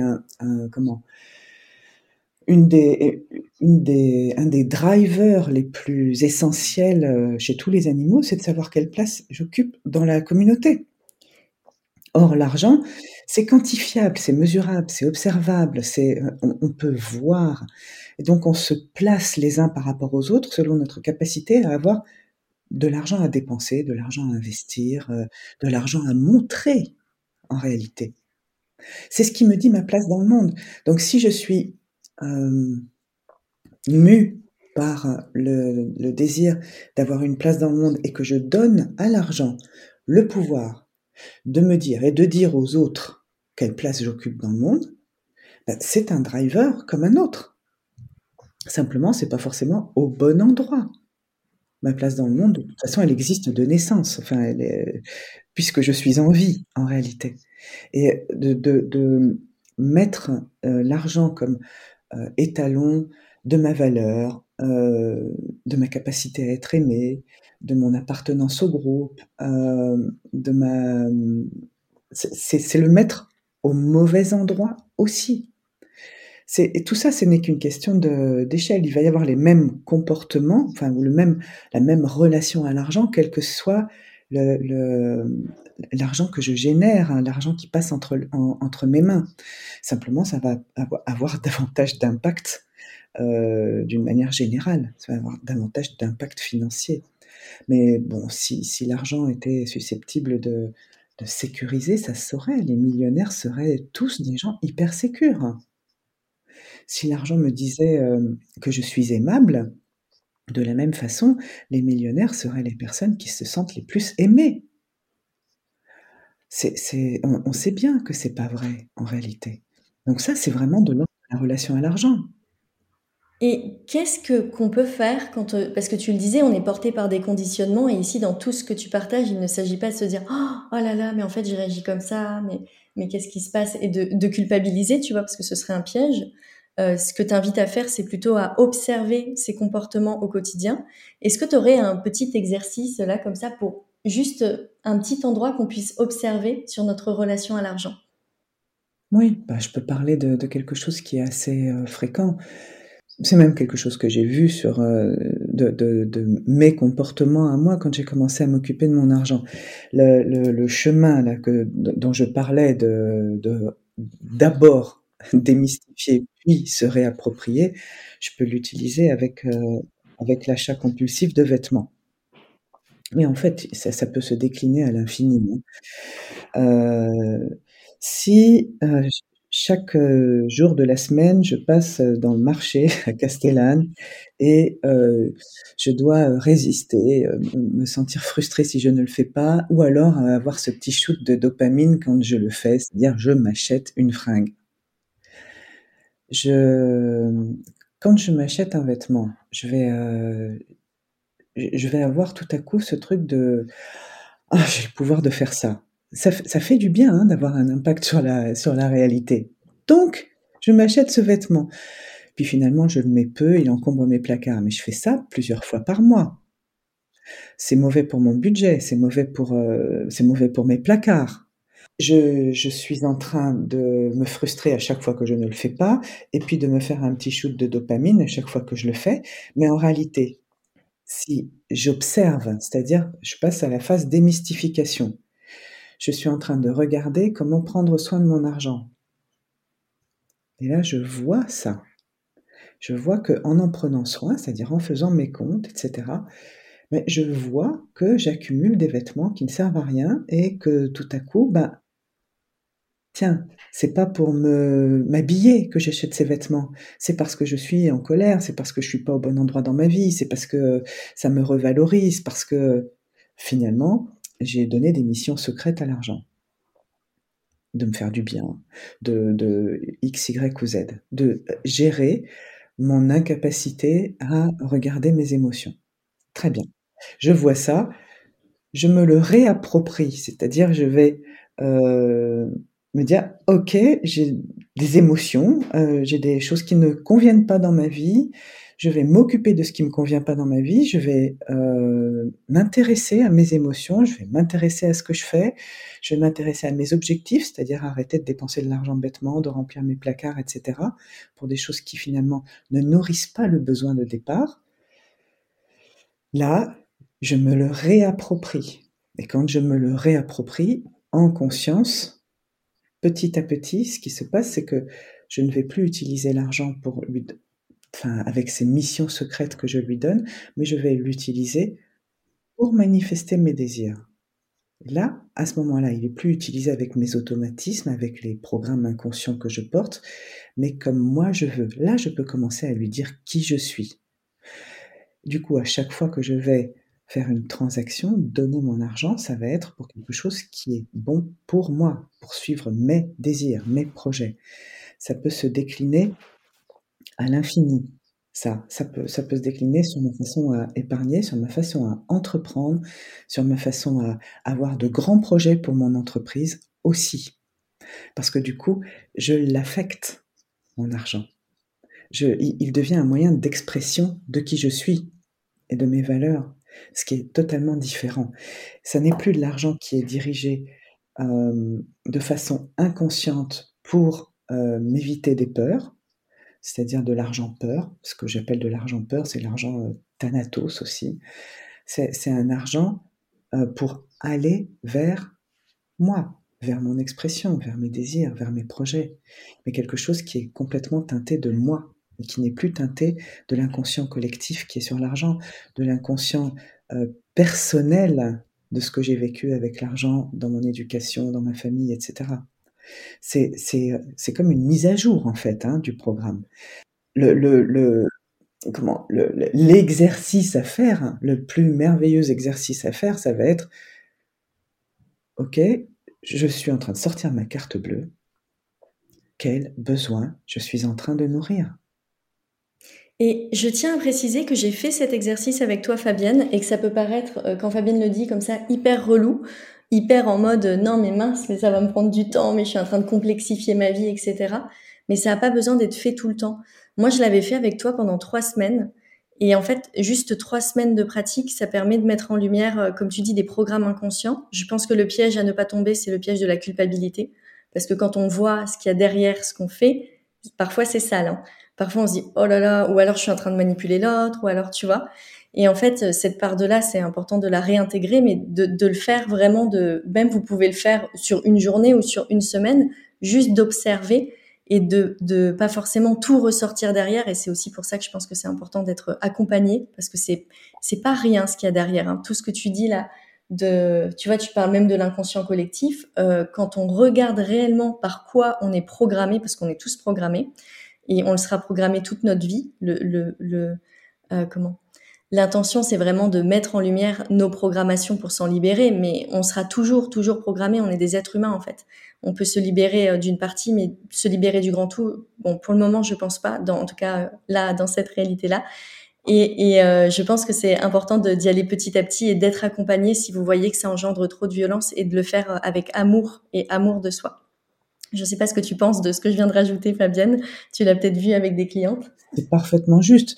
une un des drivers les plus essentiels chez tous les animaux, c'est de savoir quelle place j'occupe dans la communauté. Or, l'argent, c'est quantifiable, c'est mesurable, c'est observable, on peut voir. Et donc, on se place les uns par rapport aux autres selon notre capacité à avoir de l'argent à dépenser, de l'argent à investir, de l'argent à montrer en réalité. C'est ce qui me dit ma place dans le monde. Donc si je suis mue par le désir d'avoir une place dans le monde et que je donne à l'argent le pouvoir de me dire et de dire aux autres quelle place j'occupe dans le monde, ben, c'est un driver comme un autre. Simplement, c'est pas forcément au bon endroit. Ma place dans le monde, de toute façon, elle existe de naissance, enfin, puisque je suis en vie, en réalité. Et de mettre l'argent comme étalon de ma valeur, de ma capacité à être aimé, de mon appartenance au groupe, de ma... C'est le mettre au mauvais endroit aussi. Et tout ça, ce n'est qu'une question d'échelle. Il va y avoir les mêmes comportements, enfin, ou la même relation à l'argent, quel que soit l'argent que je génère, hein, l'argent qui passe entre mes mains. Simplement, ça va avoir davantage d'impact d'une manière générale. Ça va avoir davantage d'impact financier. Mais bon, si l'argent était susceptible de sécuriser, ça se saurait. Les millionnaires seraient tous des gens hyper sécures. Si l'argent me disait que je suis aimable, de la même façon, les millionnaires seraient les personnes qui se sentent les plus aimées. On sait bien que c'est pas vrai en réalité. Donc ça, c'est vraiment de l'ordre de la relation à l'argent. Et qu'est-ce qu'on peut faire quand parce que tu le disais, on est porté par des conditionnements et ici dans tout ce que tu partages, il ne s'agit pas de se dire oh là là, mais en fait j'ai réagi comme ça, mais qu'est-ce qui se passe et de culpabiliser, tu vois, parce que ce serait un piège. Ce que tu invites à faire, c'est plutôt à observer ces comportements au quotidien. Est-ce que tu aurais un petit exercice là comme ça pour juste un petit endroit qu'on puisse observer sur notre relation à l'argent? Oui, bah, je peux parler de quelque chose qui est assez fréquent. C'est même quelque chose que j'ai vu sur de mes comportements à moi quand j'ai commencé à m'occuper de mon argent. Le chemin là dont je parlais de d'abord démystifier puis se réapproprier, je peux l'utiliser avec l'achat compulsif de vêtements. Mais en fait, ça peut se décliner à l'infini, hein. Si chaque jour de la semaine, je passe dans le marché à Castellane et je dois résister, me sentir frustrée si je ne le fais pas, ou alors avoir ce petit shoot de dopamine quand je le fais, c'est-à-dire je m'achète une fringue. Je, quand je m'achète un vêtement, je vais avoir tout à coup ce truc de ah, j'ai le pouvoir de faire ça. Ça fait du bien, hein, d'avoir un impact sur la réalité. Donc, je m'achète ce vêtement. Puis finalement, je le mets peu, il encombre mes placards. Mais je fais ça plusieurs fois par mois. C'est mauvais pour mon budget, c'est mauvais pour mes placards. Je suis en train de me frustrer à chaque fois que je ne le fais pas, et puis de me faire un petit shoot de dopamine à chaque fois que je le fais. Mais en réalité, si j'observe, c'est-à-dire je passe à la phase démystification. Je suis en train de regarder comment prendre soin de mon argent. Et là, je vois ça. Je vois qu'en prenant soin, c'est-à-dire en faisant mes comptes, etc., mais je vois que j'accumule des vêtements qui ne servent à rien et que tout à coup, ben, tiens, c'est pas pour m'habiller que j'achète ces vêtements. C'est parce que je suis en colère, c'est parce que je suis pas au bon endroit dans ma vie, c'est parce que ça me revalorise, parce que finalement, j'ai donné des missions secrètes à l'argent. De me faire du bien, de X, Y ou Z, de gérer mon incapacité à regarder mes émotions. Très bien. Je vois ça, je me le réapproprie, c'est-à-dire je vais me dire ok, j'ai des émotions, j'ai des choses qui ne conviennent pas dans ma vie, je vais m'occuper de ce qui me convient pas dans ma vie, je vais m'intéresser à mes émotions, je vais m'intéresser à ce que je vais m'intéresser à mes objectifs, c'est-à-dire arrêter de dépenser de l'argent bêtement, de remplir mes placards, etc., pour des choses qui finalement ne nourrissent pas le besoin de départ. Là, je me le réapproprie. Et quand je me le réapproprie, en conscience, petit à petit, ce qui se passe, c'est que je ne vais plus utiliser l'argent avec ces missions secrètes que je lui donne, mais je vais l'utiliser pour manifester mes désirs. Là, à ce moment-là, il est plus utilisé avec mes automatismes, avec les programmes inconscients que je porte, mais comme moi je veux. Là, je peux commencer à lui dire qui je suis. Du coup, à chaque fois que je vais faire une transaction, donner mon argent, ça va être pour quelque chose qui est bon pour moi, pour suivre mes désirs, mes projets. Ça peut se décliner à l'infini. Ça peut se décliner sur ma façon à épargner, sur ma façon à entreprendre, sur ma façon à avoir de grands projets pour mon entreprise aussi. Parce que du coup, je l'affecte, mon argent. Il devient un moyen d'expression de qui je suis et de mes valeurs, ce qui est totalement différent. Ça n'est plus de l'argent qui est dirigé de façon inconsciente pour m'éviter des peurs, c'est-à-dire de l'argent peur. Ce que j'appelle de l'argent peur, c'est l'argent thanatos aussi. C'est un argent pour aller vers moi, vers mon expression, vers mes désirs, vers mes projets, mais quelque chose qui est complètement teinté de moi et qui n'est plus teinté de l'inconscient collectif qui est sur l'argent, de l'inconscient personnel de ce que j'ai vécu avec l'argent dans mon éducation, dans ma famille, etc. C'est comme une mise à jour en fait du programme. Le l'exercice à faire, le plus merveilleux exercice à faire, ça va être ok, je suis en train de sortir ma carte bleue. Quel besoin je suis en train de nourrir? Et je tiens à préciser que j'ai fait cet exercice avec toi, Fabienne, et que ça peut paraître, quand Fabienne le dit comme ça, hyper relou, hyper en mode non mais mince, mais ça va me prendre du temps, mais je suis en train de complexifier ma vie, etc. Mais ça n'a pas besoin d'être fait tout le temps. Moi, je l'avais fait avec toi pendant 3 semaines. Et en fait, juste 3 semaines de pratique, ça permet de mettre en lumière, comme tu dis, des programmes inconscients. Je pense que le piège à ne pas tomber, c'est le piège de la culpabilité. Parce que quand on voit ce qu'il y a derrière ce qu'on fait, parfois c'est sale, hein. parfois on se dit oh là là, ou alors je suis en train de manipuler l'autre, ou alors tu vois. Et en fait, cette part de là, c'est important de la réintégrer, mais de le faire vraiment, même vous pouvez le faire sur une journée ou sur une semaine, juste d'observer et de pas forcément tout ressortir derrière. Et c'est aussi pour ça que je pense que c'est important d'être accompagné, parce que c'est pas rien ce qu'il y a derrière, hein. Tout ce que tu dis là, tu vois, tu parles même de l'inconscient collectif. Quand on regarde réellement par quoi on est programmé, parce qu'on est tous programmés, et on le sera programmé toute notre vie. Comment L'intention, c'est vraiment de mettre en lumière nos programmations pour s'en libérer, mais on sera toujours programmé. On est des êtres humains, en fait. On peut se libérer d'une partie, mais se libérer du grand tout, bon, pour le moment, je pense pas. En tout cas, là, dans cette réalité-là. Et je pense que c'est important d'y aller petit à petit et d'être accompagné si vous voyez que ça engendre trop de violence, et de le faire avec amour et amour de soi. Je ne sais pas ce que tu penses de ce que je viens de rajouter, Fabienne. Tu l'as peut-être vu avec des clientes. C'est parfaitement juste.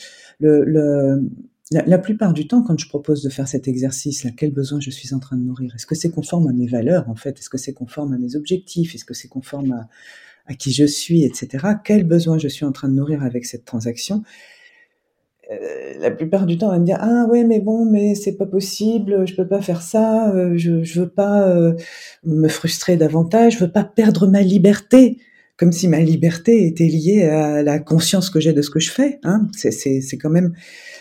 La plupart du temps, quand je propose de faire cet exercice, quel besoin je suis en train de nourrir? Est-ce que c'est conforme à mes valeurs, en fait? Est-ce que c'est conforme à mes objectifs? Est-ce que c'est conforme à qui je suis, etc. Quel besoin je suis en train de nourrir avec cette transaction? La plupart du temps, on va me dire ah ouais mais bon mais c'est pas possible, je peux pas faire ça, je veux pas me frustrer davantage, je veux pas perdre ma liberté, comme si ma liberté était liée à la conscience que j'ai de ce que je fais, hein. C'est quand même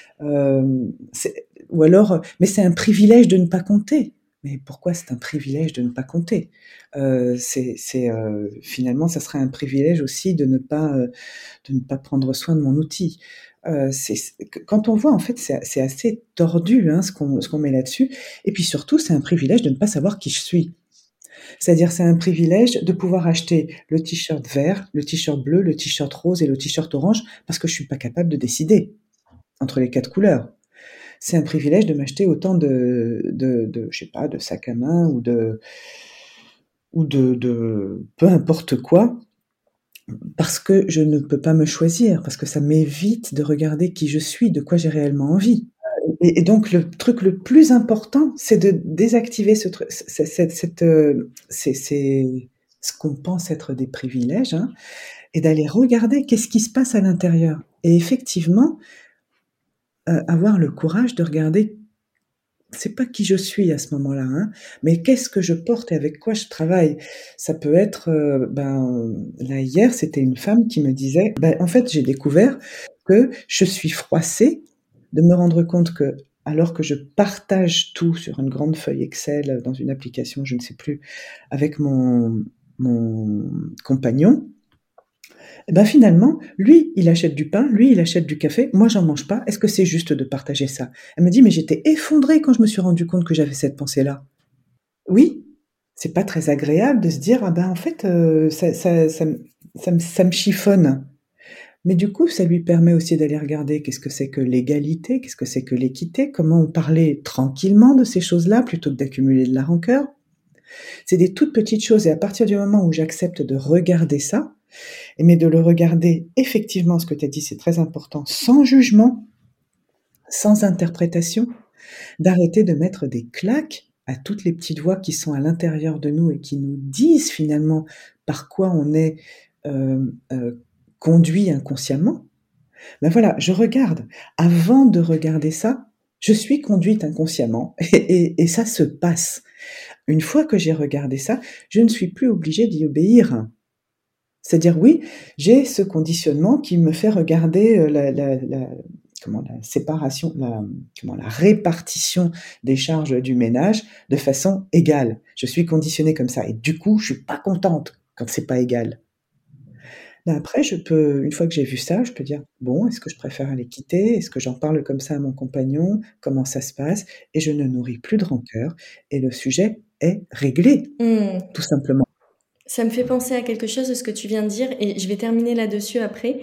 ou alors mais c'est un privilège de ne pas compter. Mais pourquoi c'est un privilège de ne pas compter? Finalement, ça serait un privilège aussi de ne pas prendre soin de mon outil. Quand on voit, en fait, c'est assez tordu, hein, ce qu'on met là-dessus. Et puis surtout, c'est un privilège de ne pas savoir qui je suis. C'est-à-dire, c'est un privilège de pouvoir acheter le t-shirt vert, le t-shirt bleu, le t-shirt rose et le t-shirt orange, parce que je suis pas capable de décider entre les 4 couleurs. C'est un privilège de m'acheter autant je sais pas, de sacs à main ou de peu importe quoi, parce que je ne peux pas me choisir, parce que ça m'évite de regarder qui je suis, de quoi j'ai réellement envie. Et donc le truc le plus important, c'est de désactiver ce truc, c'est ce qu'on pense être des privilèges, hein, et d'aller regarder qu'est-ce qui se passe à l'intérieur. Et effectivement, avoir le courage de regarder, c'est pas qui je suis à ce moment-là, hein, mais qu'est-ce que je porte et avec quoi je travaille. Ça peut être, là hier, c'était une femme qui me disait, en fait, j'ai découvert que je suis froissée de me rendre compte que, alors que je partage tout sur une grande feuille Excel dans une application, je ne sais plus, avec mon compagnon, finalement, lui, il achète du pain, lui, il achète du café, moi, j'en mange pas. Est-ce que c'est juste de partager ça? Elle me dit, mais j'étais effondrée quand je me suis rendu compte que j'avais cette pensée-là. Oui, c'est pas très agréable de se dire, en fait, ça me chiffonne. Mais du coup, ça lui permet aussi d'aller regarder qu'est-ce que c'est que l'égalité, qu'est-ce que c'est que l'équité, comment on parlait tranquillement de ces choses-là plutôt que d'accumuler de la rancœur. C'est des toutes petites choses, et à partir du moment où j'accepte de regarder ça, mais de le regarder effectivement, ce que tu as dit, c'est très important, sans jugement, sans interprétation, d'arrêter de mettre des claques à toutes les petites voix qui sont à l'intérieur de nous et qui nous disent finalement par quoi on est conduit inconsciemment. Voilà, je regarde. Avant de regarder ça, je suis conduite inconsciemment et ça se passe. Une fois que j'ai regardé ça, je ne suis plus obligée d'y obéir. C'est-à-dire, oui, j'ai ce conditionnement qui me fait regarder la séparation, la répartition des charges du ménage de façon égale. Je suis conditionnée comme ça et du coup, je suis pas contente quand c'est pas égal. Après, une fois que j'ai vu ça, je peux dire, bon, est-ce que je préfère aller quitter? Est-ce que j'en parle comme ça à mon compagnon? Comment ça se passe? Et je ne nourris plus de rancœur et le sujet est réglé, tout simplement. Ça me fait penser à quelque chose de ce que tu viens de dire, et je vais terminer là-dessus après.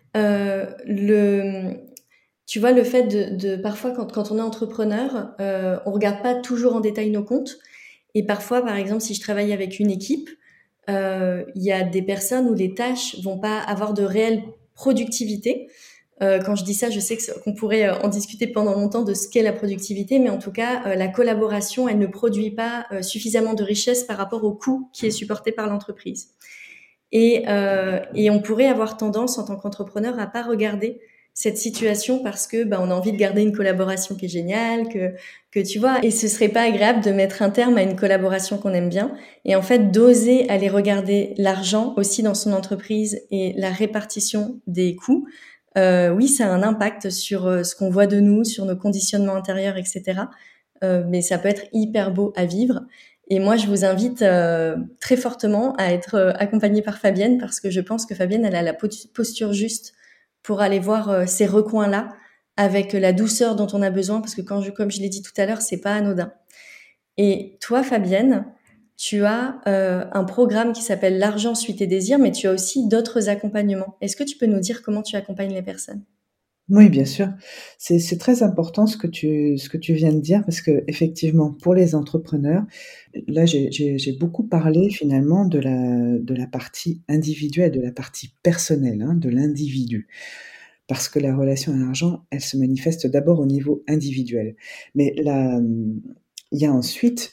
Tu vois, le fait de parfois, quand on est entrepreneur, on regarde pas toujours en détail nos comptes. Et parfois, par exemple, si je travaille avec une équipe, il y a des personnes où les tâches vont pas avoir de réelle productivité. Quand je dis ça, je sais qu'on pourrait en discuter pendant longtemps de ce qu'est la productivité, mais en tout cas, la collaboration, elle ne produit pas suffisamment de richesse par rapport au coût qui est supporté par l'entreprise. Et on pourrait avoir tendance en tant qu'entrepreneur à pas regarder cette situation parce que on a envie de garder une collaboration qui est géniale, que tu vois, et ce serait pas agréable de mettre un terme à une collaboration qu'on aime bien. Et en fait, d'oser aller regarder l'argent aussi dans son entreprise et la répartition des coûts, oui, ça a un impact sur ce qu'on voit de nous, sur nos conditionnements intérieurs, etc. Mais ça peut être hyper beau à vivre. Et moi, je vous invite très fortement à être accompagnée par Fabienne parce que je pense que Fabienne, elle a la posture juste pour aller voir ces recoins-là avec la douceur dont on a besoin parce que comme je l'ai dit tout à l'heure, c'est pas anodin. Et toi, Fabienne, tu as un programme qui s'appelle L'argent suit tes désirs, mais tu as aussi d'autres accompagnements. Est-ce que tu peux nous dire comment tu accompagnes les personnes? Oui, bien sûr. C'est très important ce que tu viens de dire parce que effectivement, pour les entrepreneurs, là, j'ai beaucoup parlé finalement de la partie individuelle, de la partie personnelle, hein, de l'individu. Parce que la relation à l'argent, elle se manifeste d'abord au niveau individuel. Mais là, il y a ensuite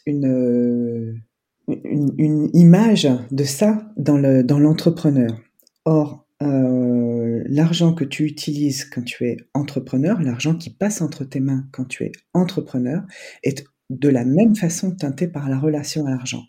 une image de ça dans l'entrepreneur. Or, l'argent que tu utilises quand tu es entrepreneur, l'argent qui passe entre tes mains quand tu es entrepreneur, est de la même façon teinté par la relation à l'argent.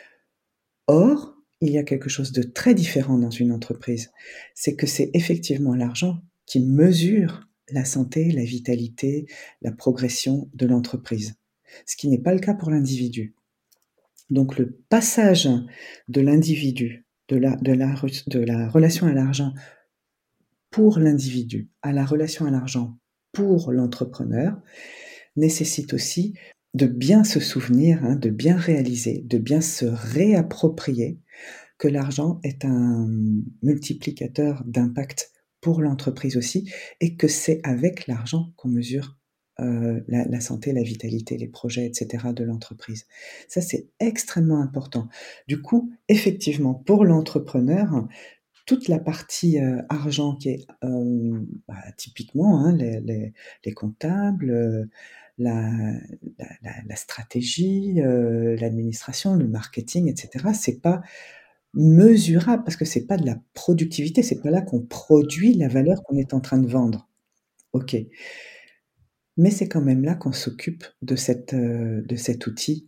Or, il y a quelque chose de très différent dans une entreprise. C'est que c'est effectivement l'argent qui mesure la santé, la vitalité, la progression de l'entreprise. Ce qui n'est pas le cas pour l'individu. Donc le passage de l'individu, de la relation à l'argent pour l'individu à la relation à l'argent pour l'entrepreneur nécessite aussi de bien se souvenir, hein, de bien réaliser, de bien se réapproprier que l'argent est un multiplicateur d'impact pour l'entreprise aussi et que c'est avec l'argent qu'on mesure la santé, la vitalité, les projets, etc. de l'entreprise. Ça, c'est extrêmement important. Du coup, effectivement, pour l'entrepreneur, toute la partie argent qui est typiquement hein, les comptables, la, la stratégie, l'administration, le marketing, etc. C'est pas mesurable parce que c'est pas de la productivité, c'est pas là qu'on produit la valeur qu'on est en train de vendre. OK. Mais c'est quand même là qu'on s'occupe de cet outil,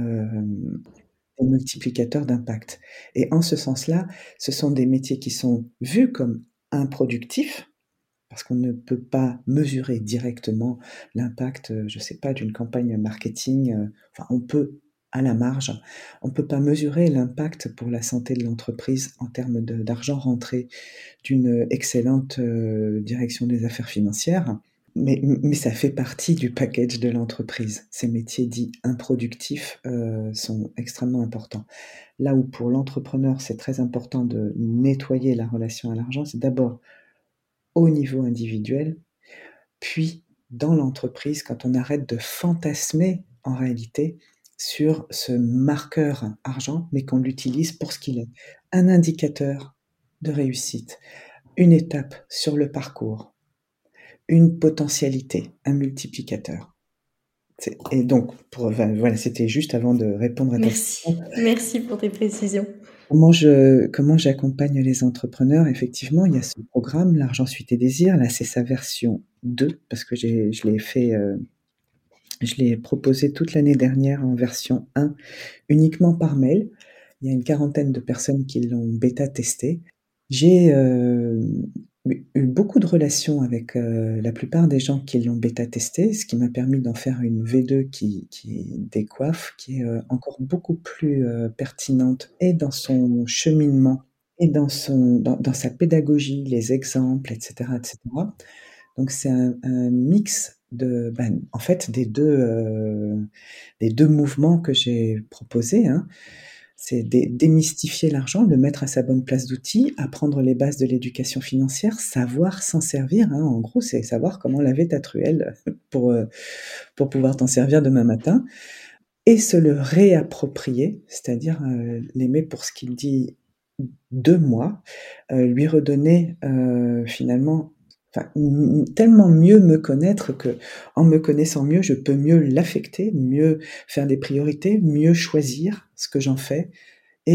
des multiplicateurs d'impact. Et en ce sens-là, ce sont des métiers qui sont vus comme improductifs, parce qu'on ne peut pas mesurer directement l'impact, je sais pas, d'une campagne marketing, enfin on peut à la marge. On ne peut pas mesurer l'impact pour la santé de l'entreprise en termes d'argent rentré d'une excellente, direction des affaires financières. Mais ça fait partie du package de l'entreprise. Ces métiers dits improductifs, sont extrêmement importants. Là où pour l'entrepreneur, c'est très important de nettoyer la relation à l'argent, c'est d'abord au niveau individuel, puis dans l'entreprise, quand on arrête de fantasmer en réalité sur ce marqueur argent, mais qu'on l'utilise pour ce qu'il est, un indicateur de réussite, une étape sur le parcours, une potentialité, un multiplicateur. Et donc, voilà, c'était juste avant de répondre à ta Merci. question. Merci pour tes précisions. Comment j'accompagne les entrepreneurs? Effectivement, il y a ce programme, L'argent suit tes désirs. Là, c'est sa version 2 parce que je l'ai fait, je l'ai proposé toute l'année dernière en version 1 uniquement par mail. Il y a une quarantaine de personnes qui l'ont bêta testé. J'ai eu beaucoup de relations avec la plupart des gens qui l'ont bêta testé, ce qui m'a permis d'en faire une V2 qui décoiffe, qui est encore beaucoup plus pertinente et dans son cheminement et dans sa pédagogie, les exemples, etc., etc. Donc c'est un mix en fait des deux mouvements que j'ai proposés, hein. C'est démystifier l'argent, le mettre à sa bonne place d'outil, apprendre les bases de l'éducation financière, savoir s'en servir, hein. En gros, c'est savoir comment laver ta truelle pour pouvoir t'en servir demain matin et se le réapproprier, c'est-à-dire l'aimer pour ce qu'il dit de moi, lui redonner finalement, enfin, tellement mieux me connaître que, en me connaissant mieux, je peux mieux l'affecter, mieux faire des priorités, mieux choisir ce que j'en fais et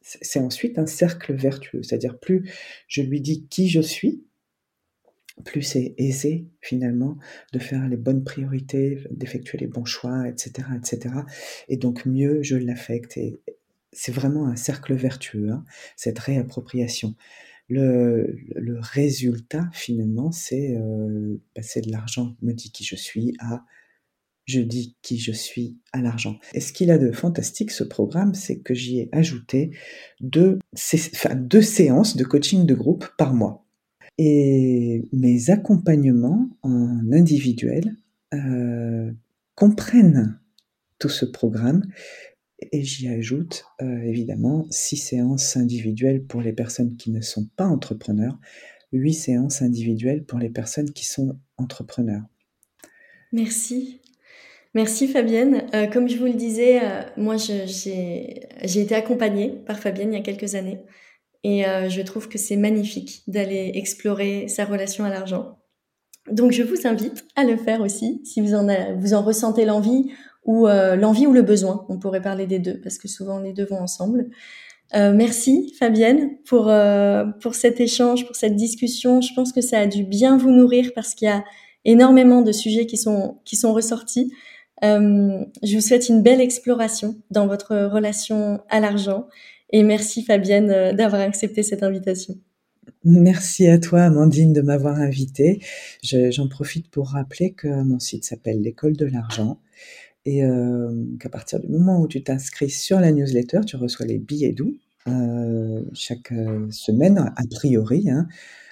c'est ensuite un cercle vertueux. C'est-à-dire plus je lui dis qui je suis, plus c'est aisé finalement de faire les bonnes priorités, d'effectuer les bons choix, etc., etc. Et donc mieux je l'affecte. Et c'est vraiment un cercle vertueux, hein, cette réappropriation. Le résultat finalement, c'est passer de l'argent me dit qui je suis à je dis qui je suis à l'argent. Et ce qu'il a de fantastique, ce programme, c'est que j'y ai ajouté 2 séances de coaching de groupe par mois. Et mes accompagnements en individuel comprennent tout ce programme et j'y ajoute évidemment 6 séances individuelles pour les personnes qui ne sont pas entrepreneurs, 8 séances individuelles pour les personnes qui sont entrepreneurs. Merci. Merci Fabienne. Comme je vous le disais, moi j'ai été accompagnée par Fabienne il y a quelques années et je trouve que c'est magnifique d'aller explorer sa relation à l'argent. Donc je vous invite à le faire aussi si vous en ressentez l'envie ou le besoin. On pourrait parler des deux parce que souvent les deux vont ensemble. Merci Fabienne pour cet échange, pour cette discussion. Je pense que ça a dû bien vous nourrir parce qu'il y a énormément de sujets qui sont ressortis. Je vous souhaite une belle exploration dans votre relation à l'argent et merci Fabienne d'avoir accepté cette invitation. Merci à toi Amandine de m'avoir invitée. J'en profite pour rappeler que mon site s'appelle l'École de l'argent et qu'à partir du moment où tu t'inscris sur la newsletter, tu reçois les billets doux chaque semaine a priori, hein.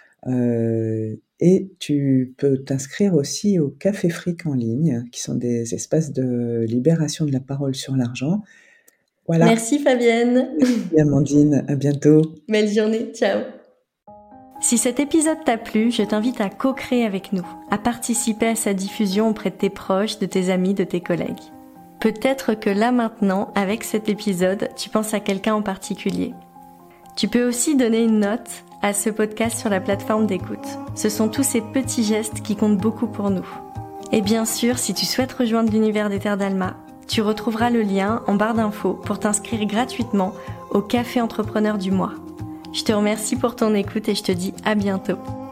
Et tu peux t'inscrire aussi au Café Fric en ligne, qui sont des espaces de libération de la parole sur l'argent. Voilà. Merci Fabienne. Merci Amandine, à bientôt. Belle journée, ciao. Si cet épisode t'a plu, je t'invite à co-créer avec nous, à participer à sa diffusion auprès de tes proches, de tes amis, de tes collègues. Peut-être que là maintenant, avec cet épisode, tu penses à quelqu'un en particulier. Tu peux aussi donner une note à ce podcast sur la plateforme d'écoute. Ce sont tous ces petits gestes qui comptent beaucoup pour nous. Et bien sûr, si tu souhaites rejoindre l'univers des Terres d'Alma, tu retrouveras le lien en barre d'infos pour t'inscrire gratuitement au Café Entrepreneur du mois. Je te remercie pour ton écoute et je te dis à bientôt.